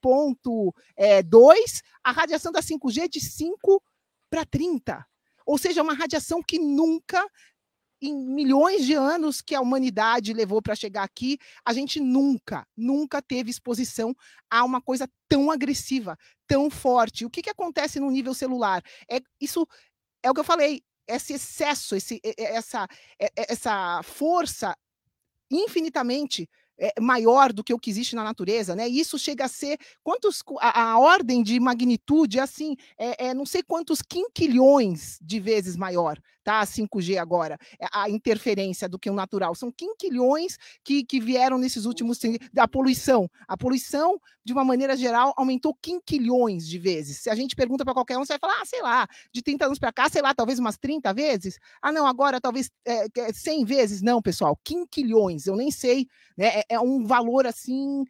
2,2, a radiação da 5G é de 5 para 30. Ou seja, uma radiação que nunca em milhões de anos que a humanidade levou para chegar aqui, a gente nunca teve exposição a uma coisa tão agressiva, tão forte. O que acontece no nível celular? Isso é o que eu falei, esse excesso, essa força infinitamente maior do que o que existe na natureza, né? Isso chega a ser a ordem de magnitude, assim, não sei quantos quinquilhões de vezes maior, tá? A 5G agora, a interferência do que o natural. São quinquilhões que vieram nesses últimos... A poluição, de uma maneira geral, aumentou quinquilhões de vezes. Se a gente pergunta para qualquer um, você vai falar, sei lá, de 30 anos para cá, sei lá, talvez umas 30 vezes. Ah, não, agora talvez 100 vezes. Não, pessoal, quinquilhões, eu nem sei, né? É um valor assim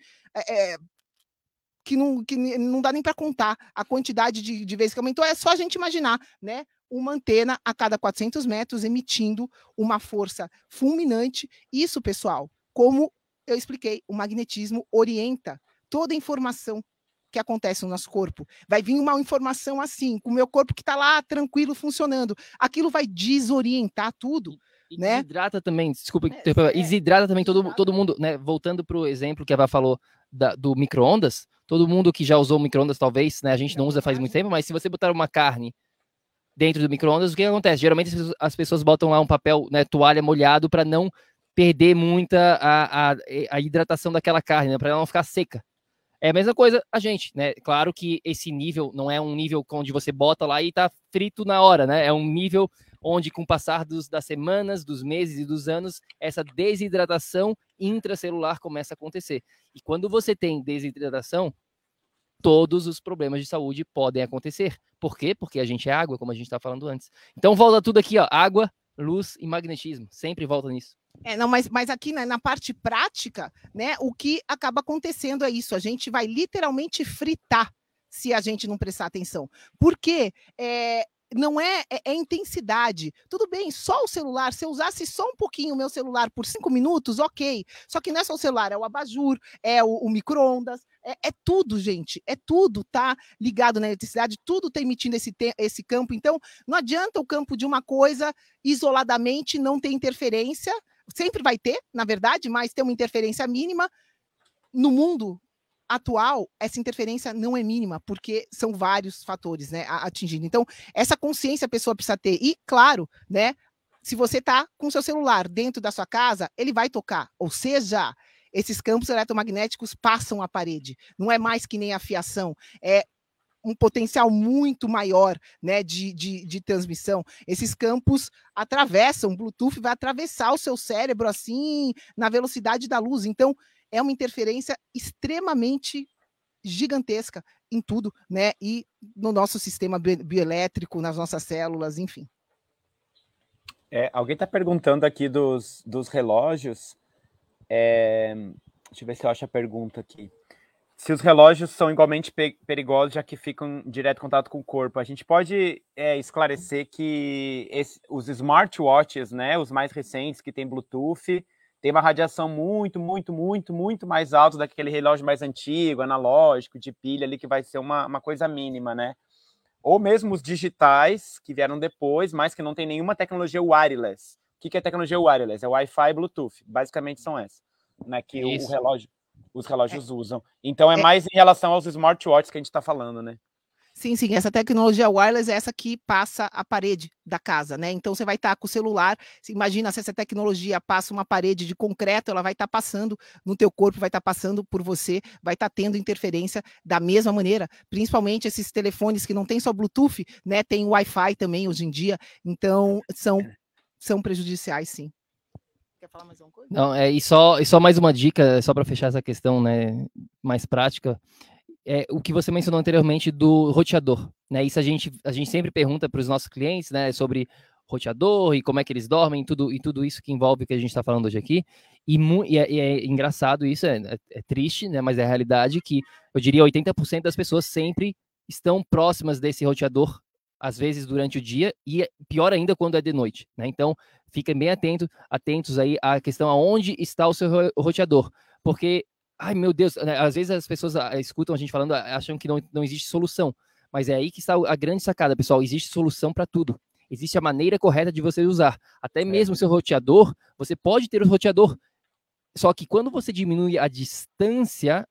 que não dá nem para contar a quantidade de vezes que aumentou. É só a gente imaginar, né? Uma antena a cada 400 metros emitindo uma força fulminante. Isso, pessoal, como eu expliquei, o magnetismo orienta toda a informação que acontece no nosso corpo. Vai vir uma informação assim, com o meu corpo que está lá tranquilo, funcionando. Aquilo vai desorientar tudo. E né? Desidrata também, desculpa, desidrata também todo mundo, né? Voltando para o exemplo que a Vá falou do micro-ondas, todo mundo que já usou micro-ondas, talvez, né? A gente não usa faz muito tempo, mas se você botar uma carne dentro do micro-ondas, o que acontece? Geralmente as pessoas botam lá um papel, né, toalha molhado, para não perder muita a hidratação daquela carne, né? Para ela não ficar seca. É a mesma coisa a gente, né? Claro que esse nível não é um nível onde você bota lá e tá frito na hora, né? É um nível onde, com o passar das semanas, dos meses e dos anos, essa desidratação intracelular começa a acontecer. E quando você tem desidratação, todos os problemas de saúde podem acontecer. Por quê? Porque a gente é água, como a gente estava falando antes. Então volta tudo aqui, ó, água, luz e magnetismo. Sempre volta nisso. Não, mas aqui, né, na parte prática, né, o que acaba acontecendo é isso. A gente vai literalmente fritar se a gente não prestar atenção. Porque não é intensidade. Tudo bem, só o celular, se eu usasse só um pouquinho o meu celular por 5 minutos, ok. Só que não é só o celular, é o abajur, é o micro-ondas, é tudo, gente. É tudo, tá ligado na eletricidade, tudo tá emitindo esse campo. Então, não adianta o campo de uma coisa isoladamente não ter interferência. Sempre vai ter, na verdade, mas tem uma interferência mínima. No mundo atual, essa interferência não é mínima, porque são vários fatores, né, atingindo. Então, essa consciência a pessoa precisa ter. E, claro, né, se você está com o seu celular dentro da sua casa, ele vai tocar. Ou seja, esses campos eletromagnéticos passam a parede. Não é mais que nem a fiação. É um potencial muito maior, né, de transmissão. Esses campos atravessam, o Bluetooth vai atravessar o seu cérebro assim, na velocidade da luz. Então, é uma interferência extremamente gigantesca em tudo, né? E no nosso sistema bioelétrico, nas nossas células, enfim. Alguém está perguntando aqui dos relógios. Deixa eu ver se eu acho a pergunta aqui. Se os relógios são igualmente perigosos, já que ficam em direto contato com o corpo. A gente pode esclarecer que os smartwatches, né, os mais recentes, que tem Bluetooth, tem uma radiação muito, muito, muito, muito mais alta daquele relógio mais antigo, analógico, de pilha ali, que vai ser uma coisa mínima, né? Ou mesmo os digitais, que vieram depois, mas que não tem nenhuma tecnologia wireless. O que é tecnologia wireless? É Wi-Fi e Bluetooth. Basicamente são essas, né, que os relógios usam. Então é mais em relação aos smartwatches que a gente está falando, né? Sim, essa tecnologia wireless é essa que passa a parede da casa, né? Então você vai estar com o celular, imagina se essa tecnologia passa uma parede de concreto, ela vai estar passando no teu corpo, vai estar passando por você, vai estar tendo interferência da mesma maneira, principalmente esses telefones que não tem só Bluetooth, né? Tem Wi-Fi também hoje em dia, então são prejudiciais, sim. Quer falar mais uma coisa? Não, e só mais uma dica, só para fechar essa questão, né, mais prática. O que você mencionou anteriormente do roteador, né? Isso a gente sempre pergunta para os nossos clientes, né, sobre roteador e como é que eles dormem e tudo isso que envolve o que a gente está falando hoje aqui. E é engraçado isso, é triste, né? Mas é a realidade que eu diria 80% das pessoas sempre estão próximas desse roteador, às vezes durante o dia, e pior ainda quando é de noite, né? Então, fiquem bem atentos aí à questão aonde está o seu roteador, porque ai, meu Deus, né? Às vezes as pessoas escutam a gente falando, acham que não existe solução. Mas é aí que está a grande sacada, pessoal. Existe solução para tudo. Existe a maneira correta de você usar. Até mesmo o seu roteador, você pode ter o roteador, só que quando você diminui a distância,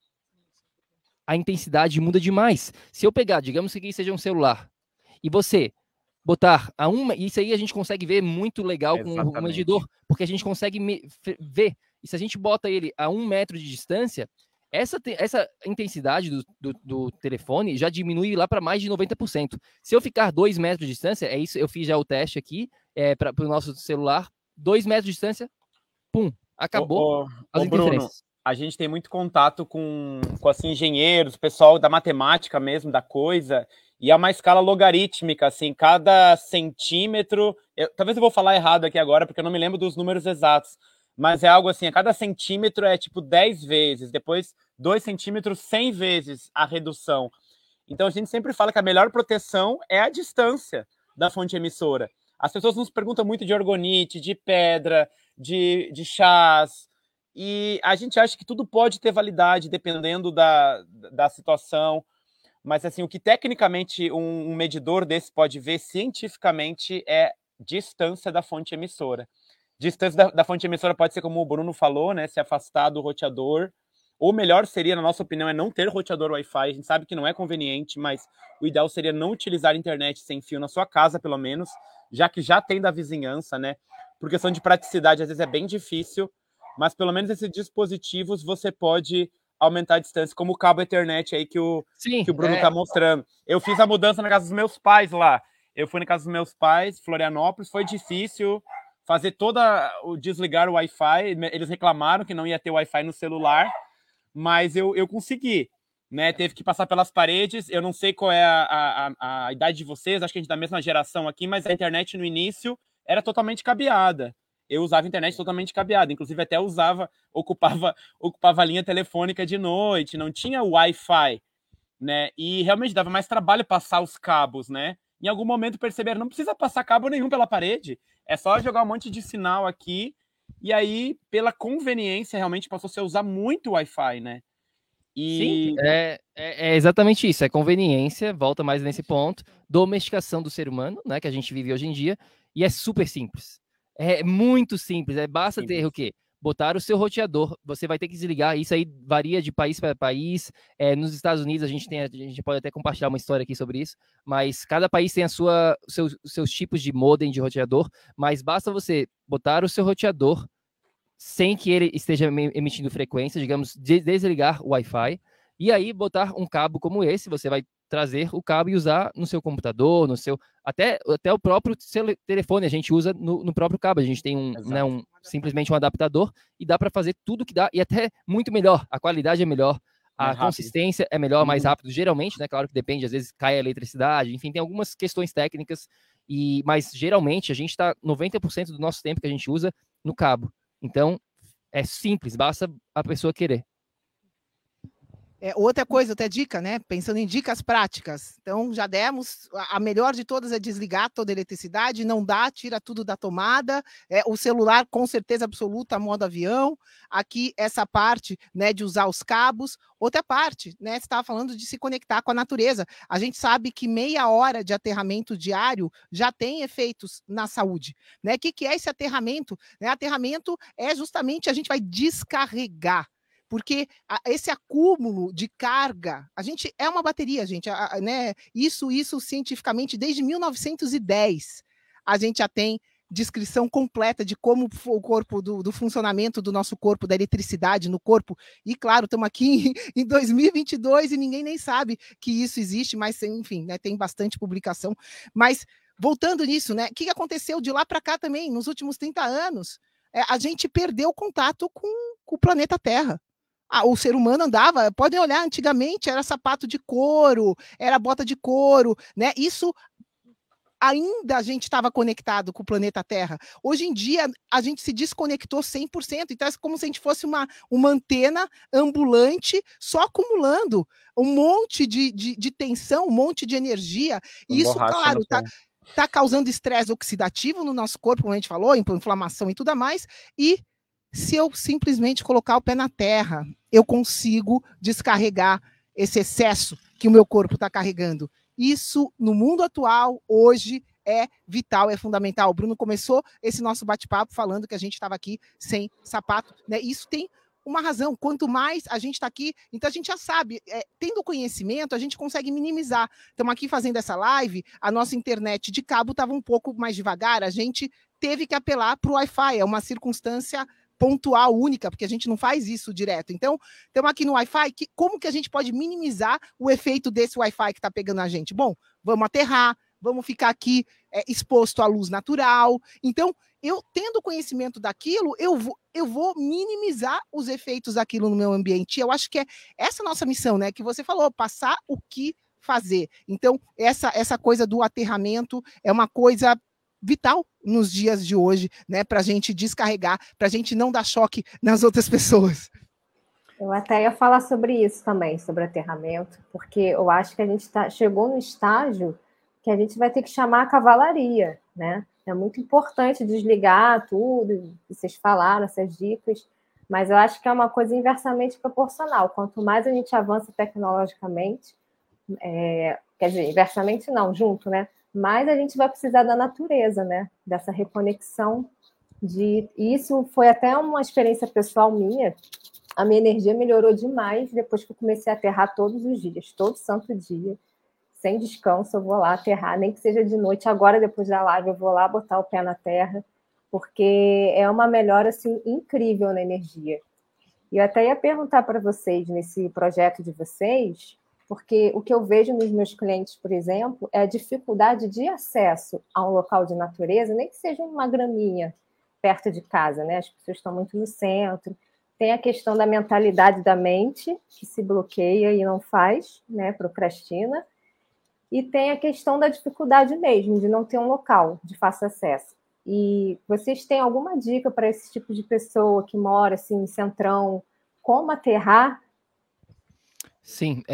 a intensidade muda demais. Se eu pegar, digamos que aqui seja um celular, e você botar a isso aí a gente consegue ver muito legal com o medidor, porque a gente consegue ver. E se a gente bota ele a 1 metro de distância, essa intensidade do telefone já diminui lá para mais de 90%. Se eu ficar 2 metros de distância, é isso, eu fiz já o teste aqui, para o nosso celular, 2 metros de distância, pum, acabou as interferências. Bruno, a gente tem muito contato com assim, engenheiros, pessoal da matemática mesmo, da coisa, e é uma escala logarítmica, assim, cada centímetro... talvez eu vou falar errado aqui agora, porque eu não me lembro dos números exatos, mas é algo assim, a cada centímetro é tipo 10 vezes, depois 2 centímetros, 100 vezes a redução. Então a gente sempre fala que a melhor proteção é a distância da fonte emissora. As pessoas nos perguntam muito de orgonite, de pedra, de chás, e a gente acha que tudo pode ter validade dependendo da situação, mas assim, o que tecnicamente um medidor desse pode ver cientificamente é distância da fonte emissora. Distância da fonte emissora pode ser, como o Bruno falou, né, se afastar do roteador, ou melhor seria, na nossa opinião, é não ter roteador Wi-Fi. A gente sabe que não é conveniente, mas o ideal seria não utilizar internet sem fio na sua casa, pelo menos, já que já tem da vizinhança, né? Por questão de praticidade, às vezes é bem difícil, mas pelo menos esses dispositivos você pode aumentar a distância, como o cabo Ethernet aí que o Bruno está mostrando. Eu fiz a mudança na casa dos meus pais lá. Eu fui na casa dos meus pais, Florianópolis, foi difícil fazer o desligar o Wi-Fi. Eles reclamaram que não ia ter Wi-Fi no celular, mas eu consegui, né? Teve que passar pelas paredes. Eu não sei qual é a idade de vocês, acho que a gente é da mesma geração aqui, mas a internet no início era totalmente cabeada. Eu usava a internet totalmente cabeada, inclusive até ocupava a linha telefônica de noite, não tinha Wi-Fi, né? E realmente dava mais trabalho passar os cabos, né? Em algum momento perceberam, não precisa passar cabo nenhum pela parede, é só jogar um monte de sinal aqui, e aí, pela conveniência, realmente passou a usar muito Wi-Fi, né? Sim, é exatamente isso, é conveniência, volta mais nesse ponto, domesticação do ser humano, né, que a gente vive hoje em dia, e é super simples. É muito simples, basta ter o quê? Botar o seu roteador, você vai ter que desligar, isso aí varia de país para país, nos Estados Unidos a gente pode até compartilhar uma história aqui sobre isso, mas cada país tem seus tipos de modem de roteador, mas basta você botar o seu roteador sem que ele esteja emitindo frequência, digamos, desligar o Wi-Fi, e aí botar um cabo como esse, você vai trazer o cabo e usar no seu computador, até o próprio telefone, a gente usa no próprio cabo, a gente tem simplesmente um adaptador, e dá para fazer tudo que dá, e até muito melhor, a qualidade é melhor, a consistência é melhor, mais rápido, geralmente, né, claro que depende, às vezes cai a eletricidade, enfim, tem algumas questões técnicas, mas geralmente a gente está 90% do nosso tempo que a gente usa no cabo. Então, é simples, basta a pessoa querer. Outra coisa, outra dica, né? Pensando em dicas práticas. Então, já demos. A melhor de todas é desligar toda a eletricidade. Não dá, tira tudo da tomada. O celular, com certeza absoluta, modo avião. Aqui, essa parte, né, de usar os cabos. Outra parte, né? Você estava falando de se conectar com a natureza. A gente sabe que meia hora de aterramento diário já tem efeitos na saúde. Né? O que é esse aterramento? Né? Aterramento é justamente a gente vai descarregar. Porque esse acúmulo de carga, a gente é uma bateria, gente, né? Isso cientificamente, desde 1910, a gente já tem descrição completa de como o corpo, do funcionamento do nosso corpo, da eletricidade no corpo. E, claro, estamos aqui em 2022 e ninguém nem sabe que isso existe, mas, enfim, né, tem bastante publicação. Mas, voltando nisso, né, o que aconteceu de lá para cá também, nos últimos 30 anos? A gente perdeu o contato com o planeta Terra. O ser humano andava, podem olhar, antigamente era sapato de couro, era bota de couro, né? Isso ainda a gente estava conectado com o planeta Terra. Hoje em dia, a gente se desconectou 100%, então é como se a gente fosse uma antena ambulante, só acumulando um monte de tensão, um monte de energia, e isso, claro, está causando estresse oxidativo no nosso corpo, como a gente falou, inflamação e tudo mais, e se eu simplesmente colocar o pé na terra, eu consigo descarregar esse excesso que o meu corpo está carregando. Isso, no mundo atual, hoje, é vital, é fundamental. O Bruno começou esse nosso bate-papo falando que a gente estava aqui sem sapato, né? Isso tem uma razão. Quanto mais a gente está aqui, então a gente já sabe, tendo conhecimento, a gente consegue minimizar. Estamos aqui fazendo essa live, a nossa internet de cabo estava um pouco mais devagar, a gente teve que apelar para o Wi-Fi, é uma circunstância pontual, única, porque a gente não faz isso direto. Então, estamos aqui no Wi-Fi, como que a gente pode minimizar o efeito desse Wi-Fi que está pegando a gente? Bom, vamos aterrar, vamos ficar aqui exposto à luz natural. Então, eu tendo conhecimento daquilo, eu vou minimizar os efeitos daquilo no meu ambiente. Eu acho que é essa nossa missão, né? Que você falou, passar o que fazer. Então, essa coisa do aterramento é uma coisa vital nos dias de hoje, né? Para a gente descarregar, para a gente não dar choque nas outras pessoas. Eu até ia falar sobre isso também, sobre aterramento, porque eu acho que a gente chegou no estágio que a gente vai ter que chamar a cavalaria, né? É muito importante desligar tudo, que vocês falaram, essas dicas, mas eu acho que é uma coisa inversamente proporcional. Quanto mais a gente avança tecnologicamente, quer dizer, inversamente não, junto, né? Mais a gente vai precisar da natureza, né? Dessa reconexão. Isso foi até uma experiência pessoal minha. A minha energia melhorou demais depois que eu comecei a aterrar todos os dias, todo santo dia. Sem descanso, eu vou lá aterrar, nem que seja de noite. Agora, depois da live, eu vou lá botar o pé na terra, porque é uma melhora assim, incrível na energia. E eu até ia perguntar para vocês, nesse projeto de vocês, porque o que eu vejo nos meus clientes, por exemplo, é a dificuldade de acesso a um local de natureza, nem que seja uma graminha perto de casa, né? As pessoas estão muito no centro. Tem a questão da mentalidade da mente, que se bloqueia e não faz, né? Procrastina. E tem a questão da dificuldade mesmo, de não ter um local de fácil acesso. E vocês têm alguma dica para esse tipo de pessoa que mora assim, em centrão, como aterrar? Sim,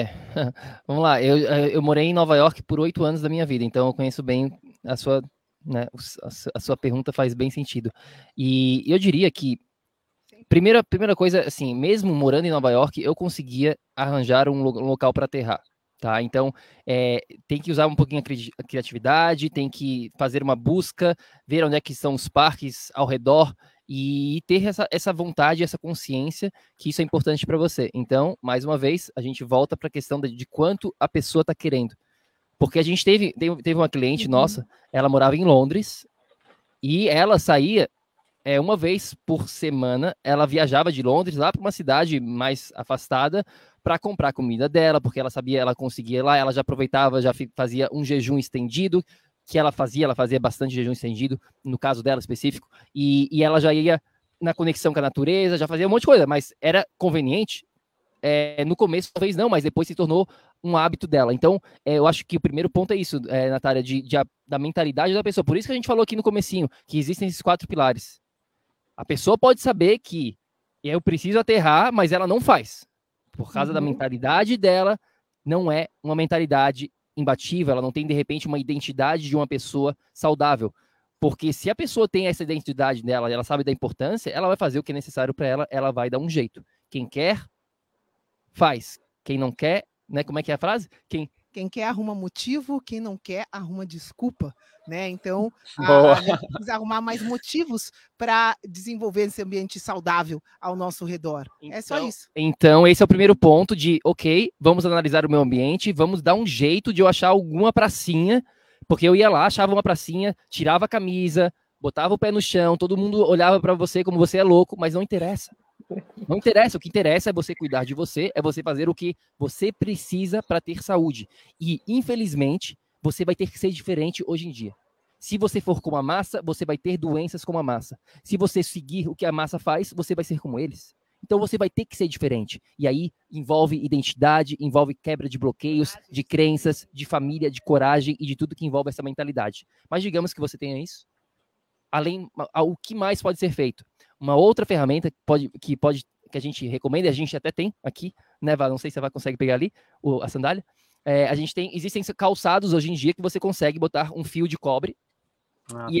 vamos lá, eu morei em Nova York por 8 anos da minha vida, então eu conheço bem a sua, né, a sua pergunta faz bem sentido. E eu diria que, primeira coisa, assim, mesmo morando em Nova York, eu conseguia arranjar um local para aterrar. Tá? Então, tem que usar um pouquinho a criatividade, tem que fazer uma busca, ver onde é que estão os parques ao redor e ter essa vontade, essa consciência que isso é importante para você. Então, mais uma vez, a gente volta para a questão de quanto a pessoa está querendo. Porque a gente teve uma cliente nossa, ela morava em Londres e ela saía uma vez por semana, ela viajava de Londres lá para uma cidade mais afastada para comprar a comida dela, porque ela sabia, ela conseguia ir lá, ela já aproveitava, já fazia um jejum estendido, que ela fazia bastante jejum estendido, no caso dela específico, e ela já ia na conexão com a natureza, já fazia um monte de coisa, mas era conveniente. No começo, talvez não, mas depois se tornou um hábito dela. Então, eu acho que o primeiro ponto é isso, Natália, da mentalidade da pessoa. Por isso que a gente falou aqui no comecinho, que existem esses 4 pilares. A pessoa pode saber que eu preciso aterrar, mas ela não faz. Por causa da mentalidade dela, não é uma mentalidade imbatível, ela não tem, de repente, uma identidade de uma pessoa saudável. Porque se a pessoa tem essa identidade dela, ela sabe da importância, ela vai fazer o que é necessário para ela, ela vai dar um jeito. Quem quer, faz. Quem não quer, né? Como é que é a frase? Quem quer arruma motivo, quem não quer arruma desculpa, né? Então, a gente precisa arrumar mais motivos para desenvolver esse ambiente saudável ao nosso redor. Então, é só isso. Então, esse é o primeiro ponto de, ok, vamos analisar o meu ambiente, vamos dar um jeito de eu achar alguma pracinha, porque eu ia lá, achava uma pracinha, tirava a camisa, botava o pé no chão, todo mundo olhava para você como você é louco, mas não interessa. Não interessa, o que interessa é você cuidar de você, é você fazer o que você precisa para ter saúde. E, infelizmente, você vai ter que ser diferente hoje em dia. Se você for como a massa, você vai ter doenças como a massa. Se você seguir o que a massa faz, você vai ser como eles. Então você vai ter que ser diferente. E aí envolve identidade, envolve quebra de bloqueios, de crenças, de família, de coragem e de tudo que envolve essa mentalidade. Mas digamos que você tenha isso. O que mais pode ser feito? Uma outra ferramenta que a gente recomenda, a gente até tem aqui, né, Val? Não sei se você consegue pegar ali a sandália. Existem calçados hoje em dia que você consegue botar um fio de cobre e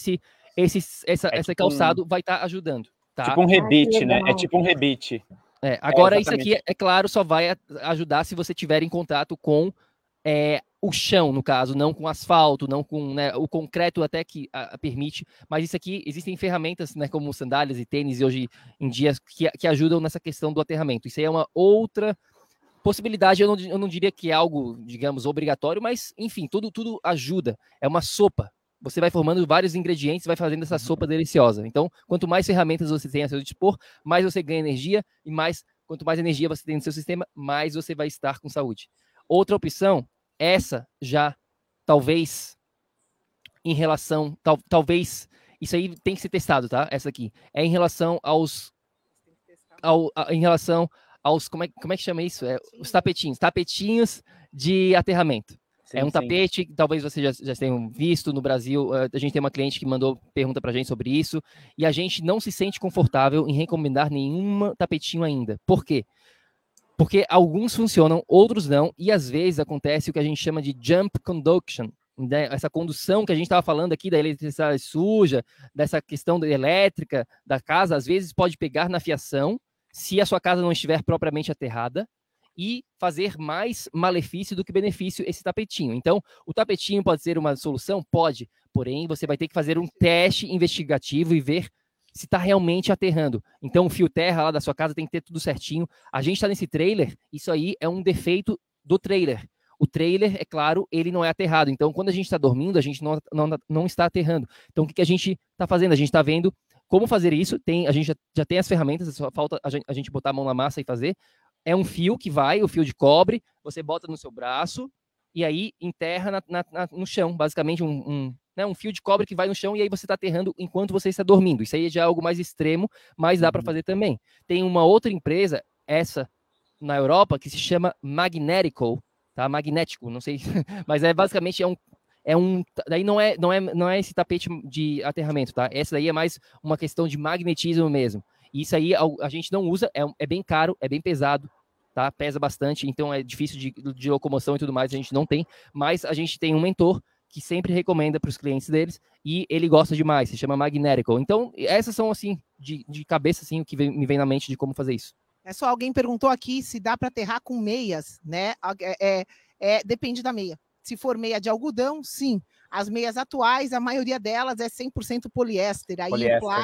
esse calçado vai estar ajudando. Tá? Tipo um rebite, né? É tipo um rebite. Agora, isso aqui, é claro, só vai ajudar se você tiver em contato com o chão, no caso, não com asfalto, não com, né, o concreto até que permite, mas isso aqui, existem ferramentas, né, como sandálias e tênis, hoje em dia, que ajudam nessa questão do aterramento. Isso aí é uma outra possibilidade, eu não diria que é algo, digamos, obrigatório, mas, enfim, tudo ajuda. É uma sopa. Você vai formando vários ingredientes, vai fazendo essa sopa deliciosa. Então, quanto mais ferramentas você tem a seu dispor, mais você ganha energia e quanto mais energia você tem no seu sistema, mais você vai estar com saúde. Outra opção, essa já, talvez, em relação, talvez, isso aí tem que ser testado, tá? Essa aqui. É em relação em relação aos, como é que chama isso? Os tapetinhos de aterramento. Sim, é um tapete que talvez vocês já tenham visto no Brasil. A gente tem uma cliente que mandou pergunta pra gente sobre isso, e a gente não se sente confortável em recomendar nenhum tapetinho ainda. Por quê? Porque alguns funcionam, outros não, e às vezes acontece o que a gente chama de jump conduction, né? Essa condução que a gente estava falando aqui da eletricidade suja, dessa questão da elétrica da casa, às vezes pode pegar na fiação, se a sua casa não estiver propriamente aterrada, e fazer mais malefício do que benefício esse tapetinho. Então, o tapetinho pode ser uma solução? Pode, porém, você vai ter que fazer um teste investigativo e ver se está realmente aterrando. Então, o fio terra lá da sua casa tem que ter tudo certinho. A gente está nesse trailer, isso aí é um defeito do trailer. O trailer, é claro, ele não é aterrado. Então, quando a gente está dormindo, a gente não está aterrando. Então, o que a gente está fazendo? A gente está vendo como fazer isso. A gente já tem as ferramentas, só falta a gente botar a mão na massa e fazer. É um fio que vai, o fio de cobre, você bota no seu braço e aí enterra no chão. Basicamente, um fio de cobre que vai no chão e aí você está aterrando enquanto você está dormindo. Isso aí já é algo mais extremo, mas dá para fazer também. Tem uma outra empresa, essa na Europa, que se chama Magnetical, tá? Magnético, não sei, mas basicamente daí não é esse tapete de aterramento, tá? Essa daí é mais uma questão de magnetismo mesmo. E isso aí a gente não usa, é bem caro, é bem pesado, tá? Pesa bastante, então é difícil de locomoção e tudo mais, a gente não tem, mas a gente tem um mentor que sempre recomenda para os clientes deles e ele gosta demais, se chama Magnetical. Então, essas são, assim, de cabeça, assim, o que me vem na mente de como fazer isso. Só alguém perguntou aqui se dá para aterrar com meias, né? Depende da meia. Se for meia de algodão, sim. As meias atuais, a maioria delas é 100% poliéster. Aí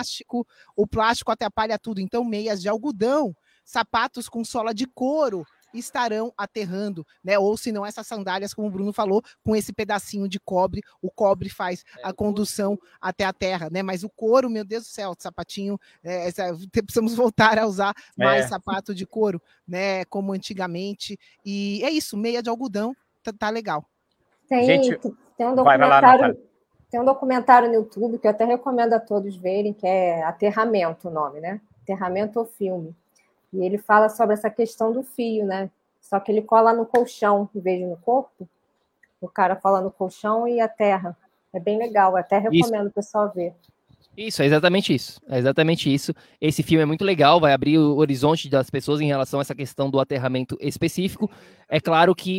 o plástico atrapalha tudo. Então, meias de algodão, sapatos com sola de couro estarão aterrando, né? Ou se não, essas sandálias, como o Bruno falou, com esse pedacinho de cobre, o cobre faz a condução até a terra, né? Mas o couro, meu Deus do céu, sapatinho, precisamos voltar a usar mais sapato de couro, né? Como antigamente. E é isso, meia de algodão, tá legal. Tem um documentário, tem um documentário no YouTube que eu até recomendo a todos verem, que é Aterramento, o nome, né? Aterramento ou filme. E ele fala sobre essa questão do fio, né? Só que ele cola no colchão em vez de no corpo. O cara cola no colchão e aterra. É bem legal, eu até recomendo o pessoal ver. Isso, é exatamente isso. É exatamente isso. Esse filme é muito legal, vai abrir o horizonte das pessoas em relação a essa questão do aterramento específico. É claro que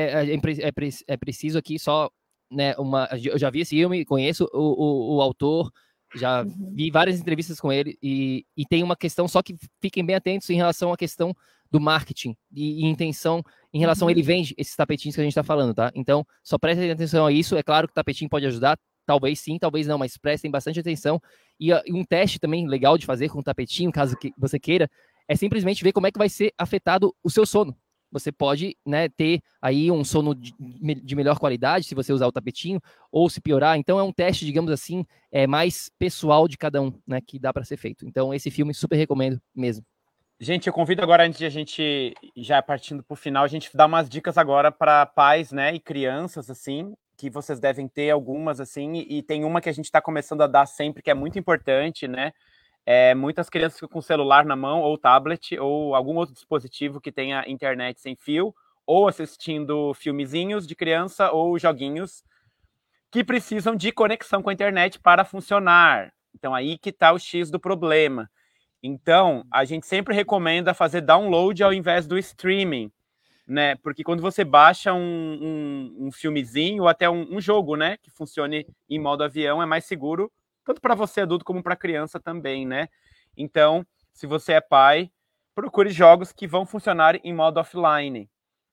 é preciso aqui só, né, eu já vi esse filme, conheço o autor, já vi várias entrevistas com ele, e tem uma questão, só que fiquem bem atentos em relação à questão do marketing e intenção em relação a ele vende esses tapetinhos que a gente está falando, tá? Então, só prestem atenção a isso. É claro que o tapetinho pode ajudar, talvez sim, talvez não, mas prestem bastante atenção. E um teste também legal de fazer com o tapetinho, caso você queira, é simplesmente ver como é que vai ser afetado o seu sono. Você pode, né, ter aí um sono de melhor qualidade se você usar o tapetinho, ou se piorar. Então é um teste, digamos assim, mais pessoal de cada um, né, que dá para ser feito. Então esse filme super recomendo mesmo. Gente, eu convido agora, antes de a gente, já partindo para o final, a gente dar umas dicas agora para pais, né, e crianças, assim, que vocês devem ter algumas, assim, e tem uma que a gente está começando a dar sempre, que é muito importante, né? Muitas crianças ficam com o celular na mão, ou tablet, ou algum outro dispositivo que tenha internet sem fio, ou assistindo filmezinhos de criança, ou joguinhos que precisam de conexão com a internet para funcionar. Então, aí que está o X do problema. Então, a gente sempre recomenda fazer download ao invés do streaming, né? Porque quando você baixa um filmezinho, ou até um jogo, né, que funcione em modo avião, é mais seguro, tanto para você adulto como para criança também, né? Então, se você é pai, procure jogos que vão funcionar em modo offline.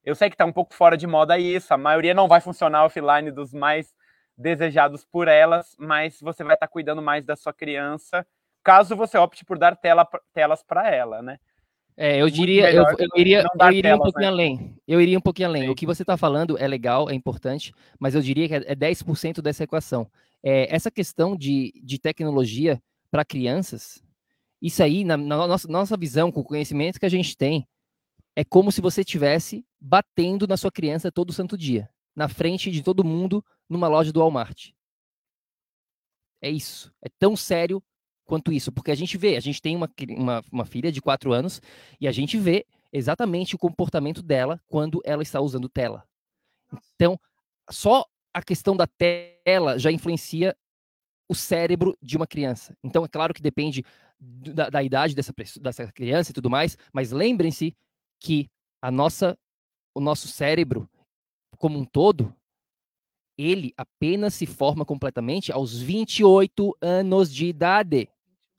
Eu sei que está um pouco fora de moda isso, a maioria não vai funcionar offline dos mais desejados por elas, mas você vai estar cuidando mais da sua criança, caso você opte por dar telas para ela, né? Eu diria, eu iria um pouquinho além. Eu iria um pouquinho além. Sim. O que você está falando é legal, é importante, mas eu diria que é 10% dessa equação. Essa questão de tecnologia para crianças, isso aí, na nossa visão, com o conhecimento que a gente tem, é como se você estivesse batendo na sua criança todo santo dia, na frente de todo mundo, numa loja do Walmart. É isso. É tão sério quanto isso, porque a gente tem uma filha de 4 anos e a gente vê exatamente o comportamento dela quando ela está usando tela. Então, só a questão da tela já influencia o cérebro de uma criança. Então, é claro que depende da idade dessa criança e tudo mais, mas lembrem-se que o nosso cérebro, como um todo, ele apenas se forma completamente aos 28 anos de idade.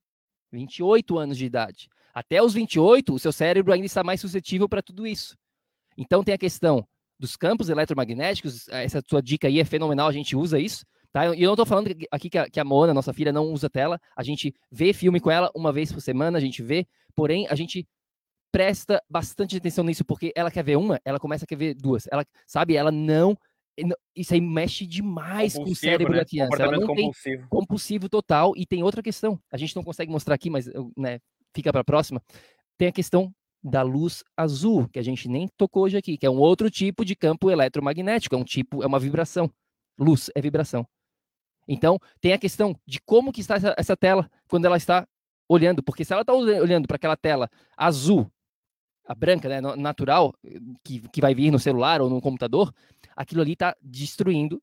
28 anos de idade. Até os 28, o seu cérebro ainda está mais suscetível para tudo isso. Então tem a questão dos campos eletromagnéticos, essa sua dica aí é fenomenal, a gente usa isso, tá? E eu não estou falando aqui que a Moana, nossa filha, não usa tela, a gente vê filme com ela uma vez por semana, a gente vê, porém a gente presta bastante atenção nisso, porque ela quer ver uma, ela começa a querer ver duas. Ela, sabe, ela não... Isso aí mexe demais com o cérebro da criança. Ela não tem compulsivo total. E tem outra questão. A gente não consegue mostrar aqui, mas né, fica para a próxima. Tem a questão da luz azul, que a gente nem tocou hoje aqui, que é um outro tipo de campo eletromagnético. É uma vibração. Luz é vibração. Então, tem a questão de como que está essa tela quando ela está olhando. Porque se ela está olhando para aquela tela azul, a branca, né, natural, que vai vir no celular ou no computador, aquilo ali está destruindo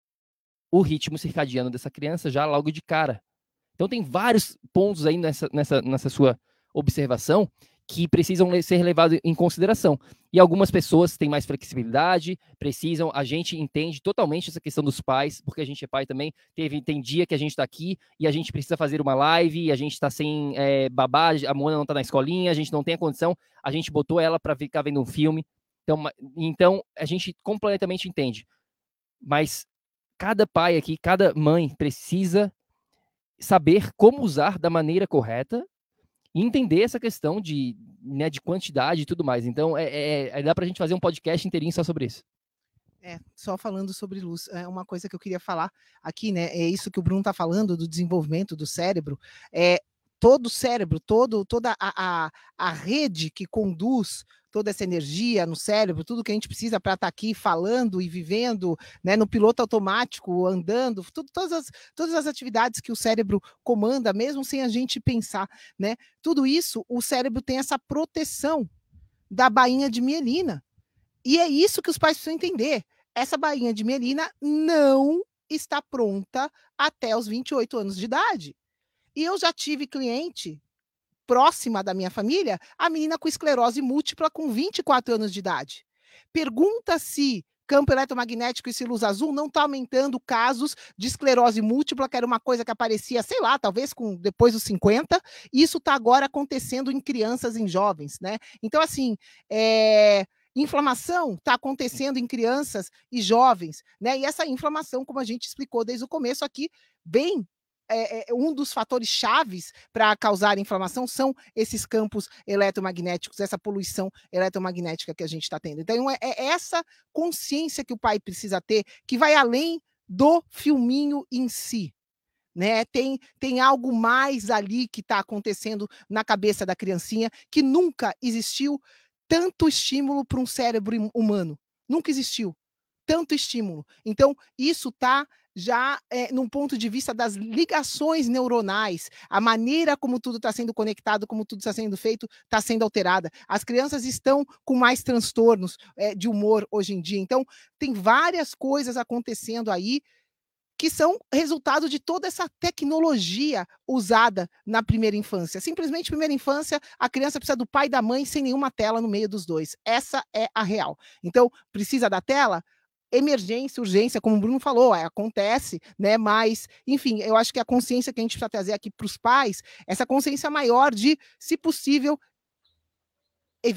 o ritmo circadiano dessa criança já logo de cara. Então tem vários pontos aí nessa sua observação que precisam ser levados em consideração. E algumas pessoas têm mais flexibilidade, a gente entende totalmente essa questão dos pais, porque a gente é pai também, tem dia que a gente está aqui e a gente precisa fazer uma live, e a gente está sem babá, a Moana não está na escolinha, a gente não tem a condição, a gente botou ela para ficar vendo um filme, então a gente completamente entende. Mas cada pai aqui, cada mãe precisa saber como usar da maneira correta e entender essa questão de quantidade e tudo mais. Então, dá para a gente fazer um podcast inteirinho só sobre isso. Só falando sobre luz, uma coisa que eu queria falar aqui, né? É isso que o Bruno está falando do desenvolvimento do cérebro. Todo o cérebro, toda a rede que conduz toda essa energia no cérebro, tudo que a gente precisa para estar aqui falando e vivendo, né, no piloto automático, andando, todas as atividades que o cérebro comanda, mesmo sem a gente pensar, né? Tudo isso, o cérebro tem essa proteção da bainha de mielina. E é isso que os pais precisam entender. Essa bainha de mielina não está pronta até os 28 anos de idade. E eu já tive cliente próxima da minha família, a menina com esclerose múltipla com 24 anos de idade. Pergunta se campo eletromagnético e se luz azul não está aumentando casos de esclerose múltipla, que era uma coisa que aparecia, sei lá, talvez depois dos 50, e isso está agora acontecendo em crianças, em jovens, né? Então, assim, inflamação está acontecendo em crianças e jovens, né? E essa inflamação, como a gente explicou desde o começo aqui, bem um dos fatores chaves para causar inflamação são esses campos eletromagnéticos, essa poluição eletromagnética que a gente está tendo. Então, é essa consciência que o pai precisa ter, que vai além do filminho em si. Né? Tem algo mais ali que está acontecendo na cabeça da criancinha, que nunca existiu tanto estímulo para um cérebro humano. Nunca existiu tanto estímulo. Então, isso está já num ponto de vista das ligações neuronais, a maneira como tudo está sendo conectado, como tudo está sendo feito, está sendo alterada. As crianças estão com mais transtornos de humor hoje em dia. Então, tem várias coisas acontecendo aí que são resultado de toda essa tecnologia usada na primeira infância. Simplesmente, primeira infância, a criança precisa do pai e da mãe sem nenhuma tela no meio dos dois. Essa é a real. Então, precisa da tela? Emergência, urgência, como o Bruno falou, acontece, né? Mas, enfim, eu acho que a consciência que a gente precisa trazer aqui para os pais, essa consciência maior de, se possível, evita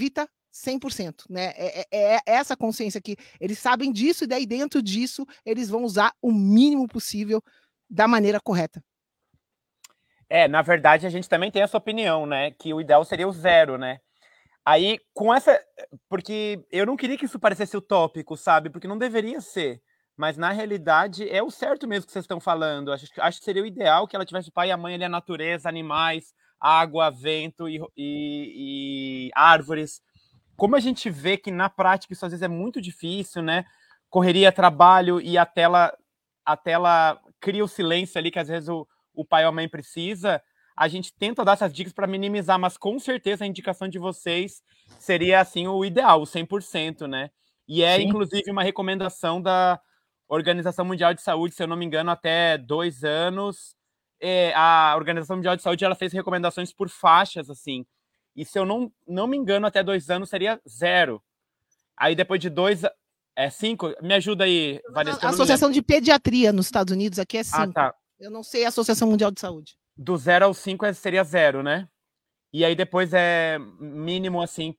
100%, né? É essa consciência que eles sabem disso e daí dentro disso eles vão usar o mínimo possível da maneira correta. Na verdade, a gente também tem essa opinião, né? Que o ideal seria o 0, né? Aí, com essa... Porque eu não queria que isso parecesse utópico, sabe? Porque não deveria ser. Mas, na realidade, é o certo mesmo que vocês estão falando. Acho que seria o ideal que ela tivesse o pai e a mãe ali, a natureza, animais, água, vento e árvores. Como a gente vê que, na prática, isso às vezes é muito difícil, né? Correria, trabalho e a tela cria o silêncio ali que, às vezes, o pai ou a mãe precisa. A gente tenta dar essas dicas para minimizar, mas com certeza a indicação de vocês seria assim o ideal, o 100%, né? E Sim. inclusive uma recomendação da Organização Mundial de Saúde, se eu não me engano, até 2 anos. A Organização Mundial de Saúde ela fez recomendações por faixas, assim. E se eu não me engano, até 2 anos seria 0. Aí depois de 2, 5? Me ajuda aí, Vanessa. A Associação de Pediatria nos Estados Unidos aqui é 5. Tá. Eu não sei a Associação Mundial de Saúde. Do 0 ao 5 seria 0, né? E aí depois é mínimo, assim,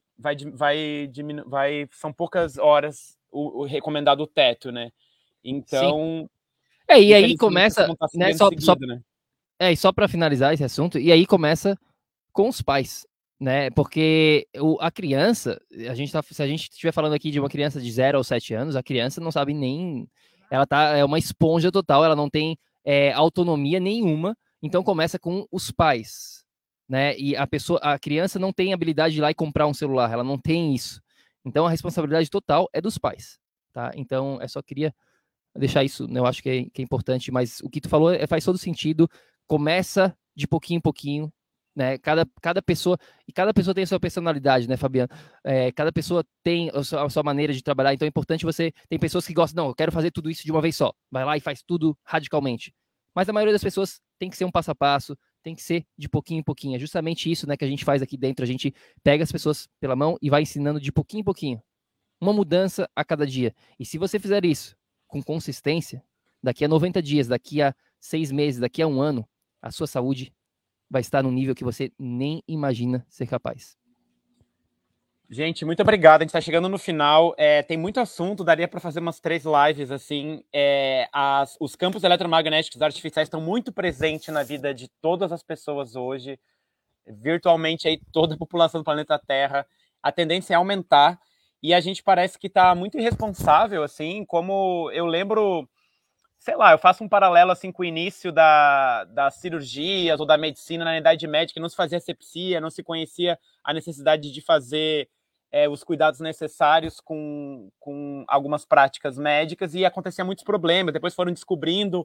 são poucas horas o recomendado teto, né? Então... E aí começa, né, né? E só para finalizar esse assunto, e aí começa com os pais, né? Porque a criança, se a gente estiver falando aqui de uma criança de 0 aos 7 anos, a criança não sabe nem... Ela é uma esponja total, ela não tem autonomia nenhuma, então começa com os pais, né? E a criança não tem habilidade de ir lá e comprar um celular, ela não tem isso. Então a responsabilidade total é dos pais, tá? Então eu só queria deixar isso, né? Eu acho que é importante, mas o que tu falou faz todo sentido. Começa de pouquinho em pouquinho, né? Cada pessoa tem a sua personalidade, né, Fabiano? Cada pessoa tem a sua maneira de trabalhar, então é importante tem pessoas que gostam, não, eu quero fazer tudo isso de uma vez só, vai lá e faz tudo radicalmente. Mas a maioria das pessoas tem que ser um passo a passo, tem que ser de pouquinho em pouquinho. É justamente isso, né, que a gente faz aqui dentro, a gente pega as pessoas pela mão e vai ensinando de pouquinho em pouquinho. Uma mudança a cada dia. E se você fizer isso com consistência, daqui a 90 dias, daqui a 6 meses, daqui a 1 ano, a sua saúde vai estar num nível que você nem imagina ser capaz. Gente, muito obrigado. A gente está chegando no final. Tem muito assunto, daria para fazer umas 3 lives, assim. Os campos eletromagnéticos artificiais estão muito presentes na vida de todas as pessoas hoje. Virtualmente, aí, toda a população do planeta Terra. A tendência é aumentar. E a gente parece que está muito irresponsável, assim, como eu lembro... Sei lá, eu faço um paralelo assim com o início das cirurgias ou da medicina na Idade Média, que não se fazia asepsia, não se conhecia a necessidade de fazer os cuidados necessários com algumas práticas médicas e acontecia muitos problemas. Depois foram descobrindo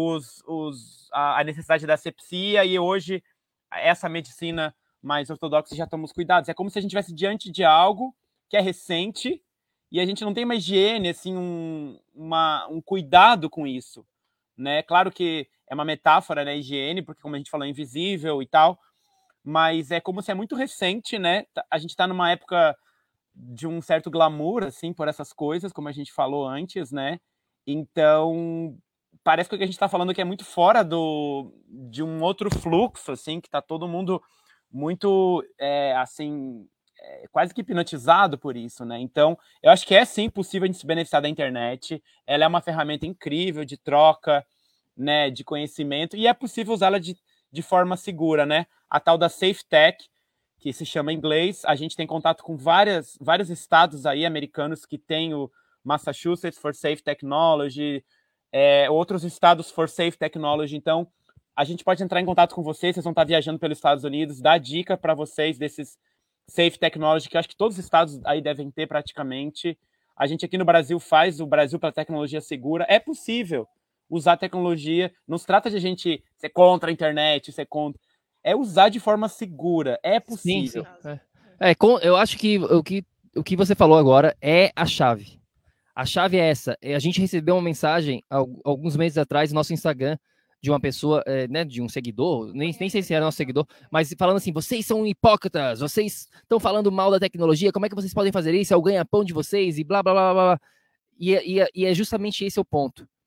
a necessidade da asepsia e hoje essa medicina mais ortodoxa já toma os cuidados. É como se a gente estivesse diante de algo que é recente e a gente não tem uma higiene, assim, um cuidado com isso, né? Claro que é uma metáfora, né, higiene, porque como a gente falou, é invisível e tal, mas é como se é muito recente, né? A gente está numa época de um certo glamour, assim, por essas coisas, como a gente falou antes, né? Então, parece que o que a gente está falando aqui é muito fora de um outro fluxo, assim, que está todo mundo muito, assim... quase que hipnotizado por isso, né? Então, eu acho que é sim possível a gente se beneficiar da internet. Ela é uma ferramenta incrível de troca, né, de conhecimento, e é possível usá-la de forma segura, né? A tal da Safe Tech, que se chama em inglês. A gente tem contato com vários estados aí americanos que tem o Massachusetts for Safe Technology, outros estados for Safe Technology. Então, a gente pode entrar em contato com vocês vão estar viajando pelos Estados Unidos, dar dica para vocês desses Safe Technology, que eu acho que todos os estados aí devem ter praticamente. A gente aqui no Brasil faz o Brasil para Tecnologia Segura. É possível usar a tecnologia. Não se trata de a gente ser contra a internet, ser contra... É usar de forma segura. É possível. Sim. Eu acho que o que você falou agora é a chave. A chave é essa. A gente recebeu uma mensagem alguns meses atrás no nosso Instagram de uma pessoa, né, de um seguidor, nem sei se era nosso seguidor, mas falando assim, vocês são hipócritas, vocês estão falando mal da tecnologia, como é que vocês podem fazer isso? É o ganha-pão de vocês e blá, blá, blá, blá. E é justamente esse o ponto.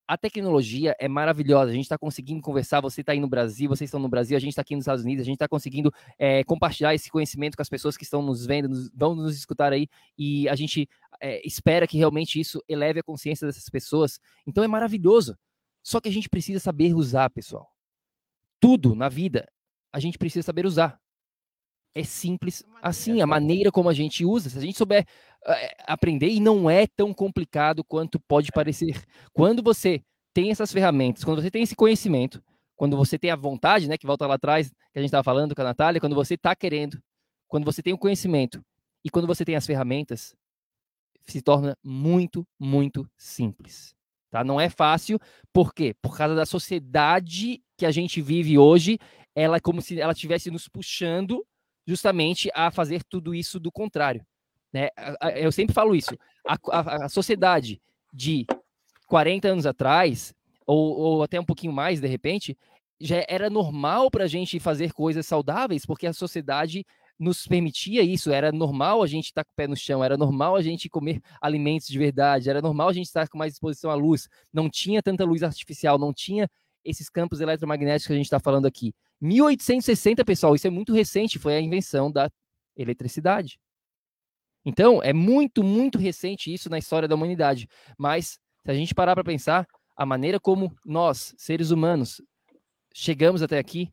a tecnologia é maravilhosa, a gente está conseguindo conversar, você está aí no Brasil, vocês estão no Brasil, a gente está aqui nos Estados Unidos, a gente está conseguindo compartilhar esse conhecimento com as pessoas que estão nos vendo, vão nos escutar aí, e a gente espera que realmente isso eleve a consciência dessas pessoas. Então é maravilhoso. Só que a gente precisa saber usar, pessoal. Tudo na vida a gente precisa saber usar. É simples assim, a maneira como a gente usa. Se a gente souber aprender, e não é tão complicado quanto pode parecer. Quando você tem essas ferramentas, quando você tem esse conhecimento, quando você tem a vontade, né, que volta lá atrás, que a gente estava falando com a Natália, quando você está querendo, quando você tem o conhecimento e quando você tem as ferramentas, se torna muito, muito simples. Tá? Não é fácil, por quê? Por causa da sociedade que a gente vive hoje, ela é como se ela estivesse nos puxando justamente a fazer tudo isso do contrário. Né? Eu sempre falo isso. A sociedade de 40 anos atrás, ou até um pouquinho mais, de repente, já era normal para a gente fazer coisas saudáveis, porque a sociedade nos permitia isso, era normal a gente estar com o pé no chão, era normal a gente comer alimentos de verdade, era normal a gente estar com mais exposição à luz, não tinha tanta luz artificial, não tinha esses campos eletromagnéticos que a gente está falando aqui. 1860, pessoal, isso é muito recente, foi a invenção da eletricidade. Então, é muito, muito recente isso na história da humanidade. Mas, se a gente parar para pensar, a maneira como nós, seres humanos, chegamos até aqui,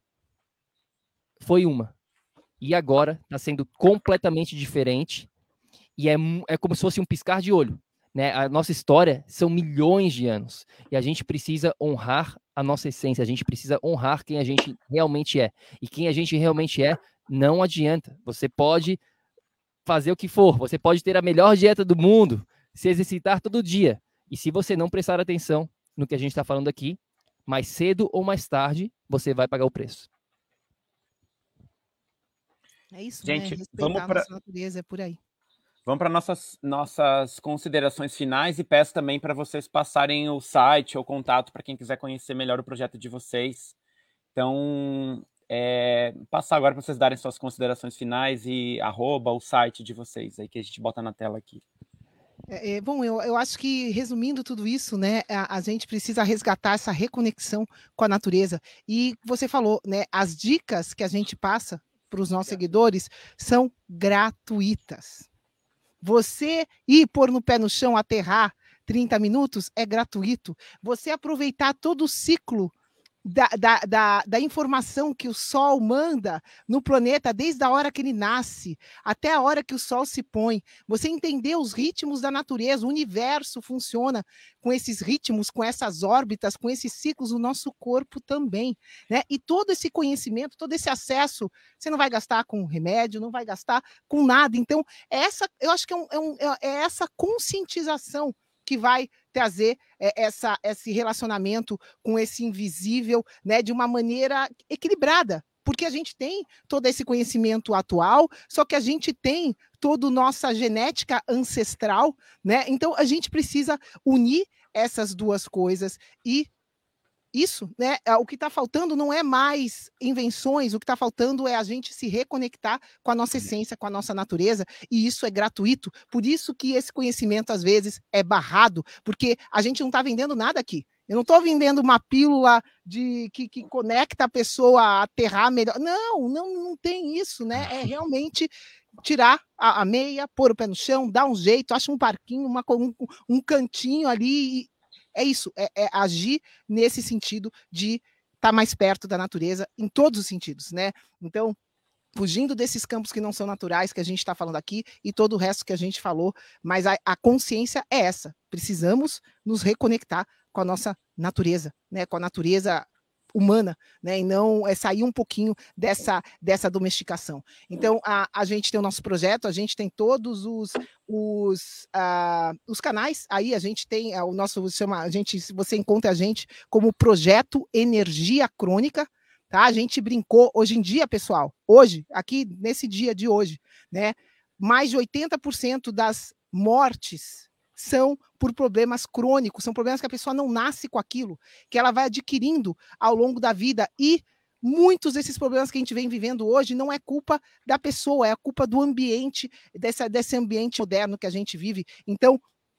foi uma. E agora está sendo completamente diferente. E é como se fosse um piscar de olho. Né? A nossa história são milhões de anos. E a gente precisa honrar a nossa essência. A gente precisa honrar quem a gente realmente é. E quem a gente realmente é, não adianta. Você pode fazer o que for. Você pode ter a melhor dieta do mundo, se exercitar todo dia. E se você não prestar atenção no que a gente está falando aqui, mais cedo ou mais tarde, você vai pagar o preço. É isso, gente, né? Respeitar a nossa natureza, é por aí. Vamos para nossas considerações finais e peço também para vocês passarem o site ou contato para quem quiser conhecer melhor o projeto de vocês. Então, passar agora para vocês darem suas considerações finais e @ o site de vocês, aí que a gente bota na tela aqui. Bom, eu acho que, resumindo tudo isso, né, a gente precisa resgatar essa reconexão com a natureza. E você falou, né, as dicas que a gente passa para os nossos seguidores são gratuitas. Você ir pôr no pé no chão, aterrar 30 minutos, é gratuito. Você aproveitar todo o ciclo da informação que o Sol manda no planeta, desde a hora que ele nasce até a hora que o Sol se põe. Você entender os ritmos da natureza, o universo funciona com esses ritmos, com essas órbitas, com esses ciclos, o nosso corpo também. Né? E todo esse conhecimento, todo esse acesso, você não vai gastar com remédio, não vai gastar com nada. Então, eu acho que é essa conscientização que vai trazer esse relacionamento com esse invisível, né, de uma maneira equilibrada, porque a gente tem todo esse conhecimento atual, só que a gente tem toda a nossa genética ancestral, né? Então a gente precisa unir essas duas coisas e isso, né? O que está faltando não é mais invenções, o que está faltando é a gente se reconectar com a nossa essência, com a nossa natureza, e isso é gratuito. Por isso que esse conhecimento, às vezes, é barrado, porque a gente não está vendendo nada aqui. Eu não estou vendendo uma pílula que conecta a pessoa a aterrar melhor. Não tem isso, né? É realmente tirar a meia, pôr o pé no chão, dar um jeito, acha um parquinho, um cantinho ali. É isso, é agir nesse sentido de estar mais perto da natureza em todos os sentidos, né? Então, fugindo desses campos que não são naturais que a gente está falando aqui e todo o resto que a gente falou, mas a consciência é essa. Precisamos nos reconectar com a nossa natureza, né? Com a natureza humana, né? E não sair um pouquinho dessa domesticação. Então, a gente tem o nosso projeto, a gente tem todos os canais, aí a gente tem o nosso, você encontra a gente como Projeto Energia Crônica, tá? A gente brincou, hoje em dia, pessoal, hoje, aqui nesse dia de hoje, né? Mais de 80% das mortes são por problemas crônicos, são problemas que a pessoa não nasce com aquilo, que ela vai adquirindo ao longo da vida, e muitos desses problemas que a gente vem vivendo hoje não é culpa da pessoa, é a culpa do ambiente, desse ambiente moderno que a gente vive. Então,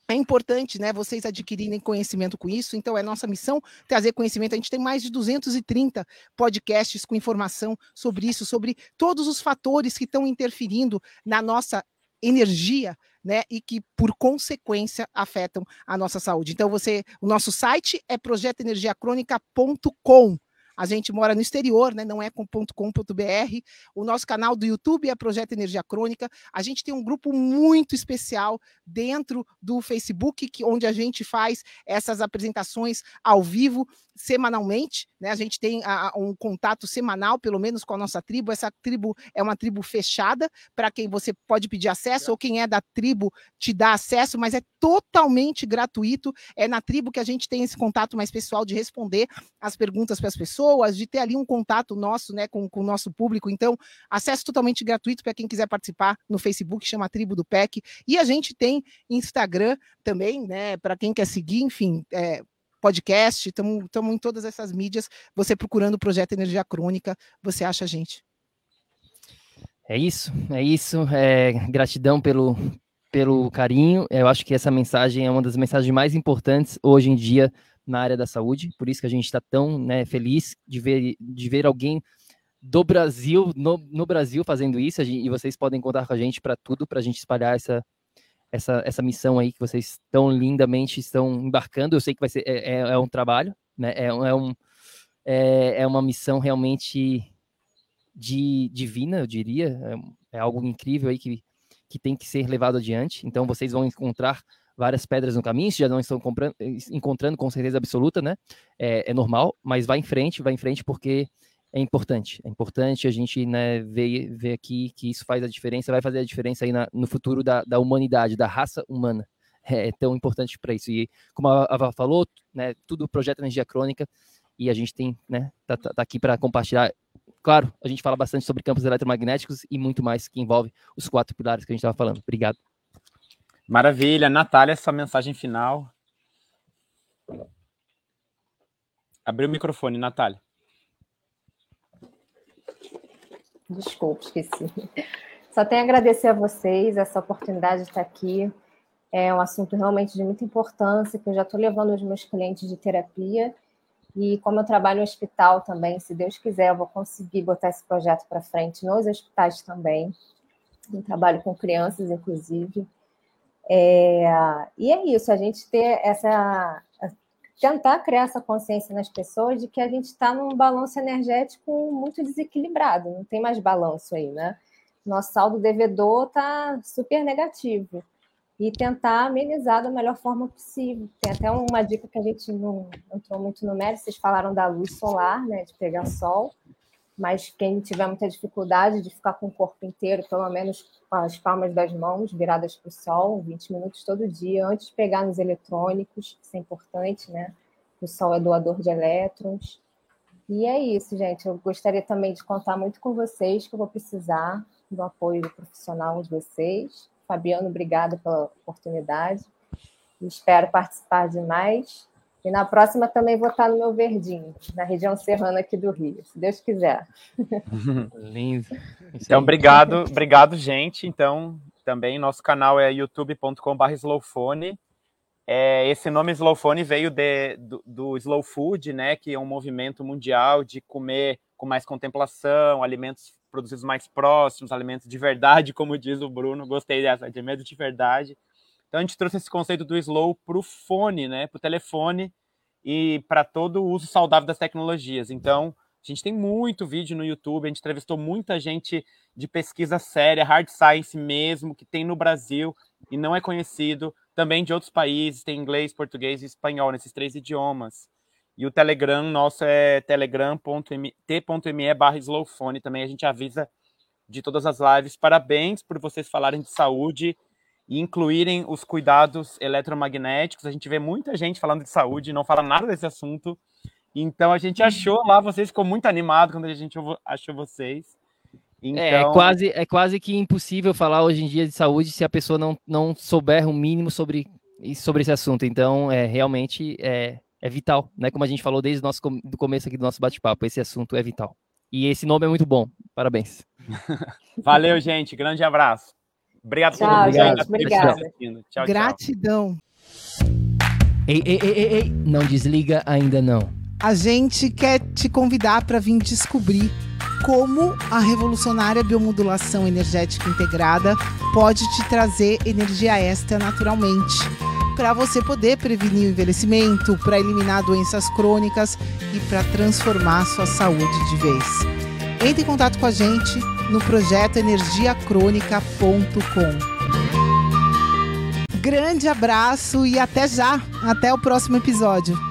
É importante, né, vocês adquirirem conhecimento com isso, então é nossa missão trazer conhecimento. A gente tem mais de 230 podcasts com informação sobre isso, sobre todos os fatores que estão interferindo na nossa energia, né, e que, por consequência, afetam a nossa saúde. Então, o nosso site é projetoenergiacronica.com. A gente mora no exterior, né? Não é com .com.br. O nosso canal do YouTube é Projeto Energia Crônica. A gente tem um grupo muito especial dentro do Facebook, onde a gente faz essas apresentações ao vivo, semanalmente, né? A gente tem um contato semanal, pelo menos, com a nossa tribo. Essa tribo é uma tribo fechada, para quem você pode pedir acesso, ou quem é da tribo te dá acesso, mas é totalmente gratuito. É na tribo que a gente tem esse contato mais pessoal de responder as perguntas para as pessoas, de ter ali um contato nosso, né, com o nosso público. Então, acesso totalmente gratuito para quem quiser participar no Facebook, chama Tribo do PEC. E a gente tem Instagram também, né, para quem quer seguir, enfim, podcast, estamos em todas essas mídias. Você procurando o Projeto Energia Crônica, você acha a gente. É isso. Gratidão pelo carinho. Eu acho que essa mensagem é uma das mensagens mais importantes hoje em dia na área da saúde, por isso que a gente está tão, né, feliz de ver alguém do Brasil, no Brasil fazendo isso, e vocês podem contar com a gente para tudo, para a gente espalhar essa missão aí que vocês tão lindamente estão embarcando. Eu sei que vai ser um trabalho, né, é uma missão realmente divina, eu diria, é algo incrível aí que tem que ser levado adiante. Então vocês vão encontrar várias pedras no caminho, se já não estão encontrando com certeza absoluta, né? É normal, mas vai em frente, porque é importante a gente, né, ver aqui que isso faz a diferença, vai fazer a diferença aí no futuro da humanidade, da raça humana. É tão importante para isso. E como a Ava falou, né, tudo Projeto Energia Crônica, e a gente tem, né, tá aqui para compartilhar. Claro, a gente fala bastante sobre campos eletromagnéticos e muito mais que envolve os 4 pilares que a gente estava falando. Obrigado. Maravilha. Natália, sua mensagem final. Abriu o microfone, Natália. Desculpa, esqueci. Só tenho a agradecer a vocês essa oportunidade de estar aqui. É um assunto realmente de muita importância, que eu já estou levando os meus clientes de terapia. E como eu trabalho no hospital também, se Deus quiser, eu vou conseguir botar esse projeto para frente nos hospitais também. Eu trabalho com crianças, inclusive. E é isso, a gente tentar criar essa consciência nas pessoas de que a gente está num balanço energético muito desequilibrado, não tem mais balanço aí, né? Nosso saldo devedor está super negativo. E tentar amenizar da melhor forma possível. Tem até uma dica que a gente não entrou muito no mérito, vocês falaram da luz solar, né, de pegar sol, mas quem tiver muita dificuldade de ficar com o corpo inteiro, pelo menos com as palmas das mãos viradas para o sol, 20 minutos todo dia, antes de pegar nos eletrônicos, isso é importante, né? O sol é doador de elétrons. E é isso, gente. Eu gostaria também de contar muito com vocês, que eu vou precisar do apoio profissional de vocês. Fabiano, obrigada pela oportunidade. Espero participar de mais. E na próxima também vou estar no meu verdinho, na região serrana aqui do Rio, se Deus quiser. Lindo. Então, obrigado, gente. Então, também nosso canal é youtube.com/slowphone. Esse nome Slowphone veio do Slow Food, né, que é um movimento mundial de comer com mais contemplação, alimentos produzidos mais próximos, alimentos de verdade, como diz o Bruno. Gostei dessa, de medo de verdade. Então, a gente trouxe esse conceito do slow para o fone, né, para o telefone e para todo o uso saudável das tecnologias. Então, a gente tem muito vídeo no YouTube, a gente entrevistou muita gente de pesquisa séria, hard science mesmo, que tem no Brasil e não é conhecido. Também de outros países, tem inglês, português e espanhol, nesses 3 idiomas. E o Telegram nosso é telegram.me/slowphone. Também a gente avisa de todas as lives. Parabéns por vocês falarem de saúde e incluírem os cuidados eletromagnéticos. A gente vê muita gente falando de saúde e não fala nada desse assunto. Então, a gente achou lá, vocês ficou muito animado quando a gente achou vocês. Então... É quase que impossível falar hoje em dia de saúde se a pessoa não souber o mínimo sobre esse assunto. Então, realmente é vital, né? Como a gente falou desde do começo aqui do nosso bate-papo, esse assunto é vital. E esse nome é muito bom. Parabéns. Valeu, gente. Grande abraço. Obrigado por todo mundo. Gente, obrigada. Tchau, gratidão. Tchau. Ei, não desliga ainda não. A gente quer te convidar para vir descobrir como a revolucionária biomodulação energética integrada pode te trazer energia extra naturalmente, para você poder prevenir o envelhecimento, para eliminar doenças crônicas e para transformar sua saúde de vez. Entre em contato com a gente no projeto energiacronica.com. Grande abraço e até já! Até o próximo episódio!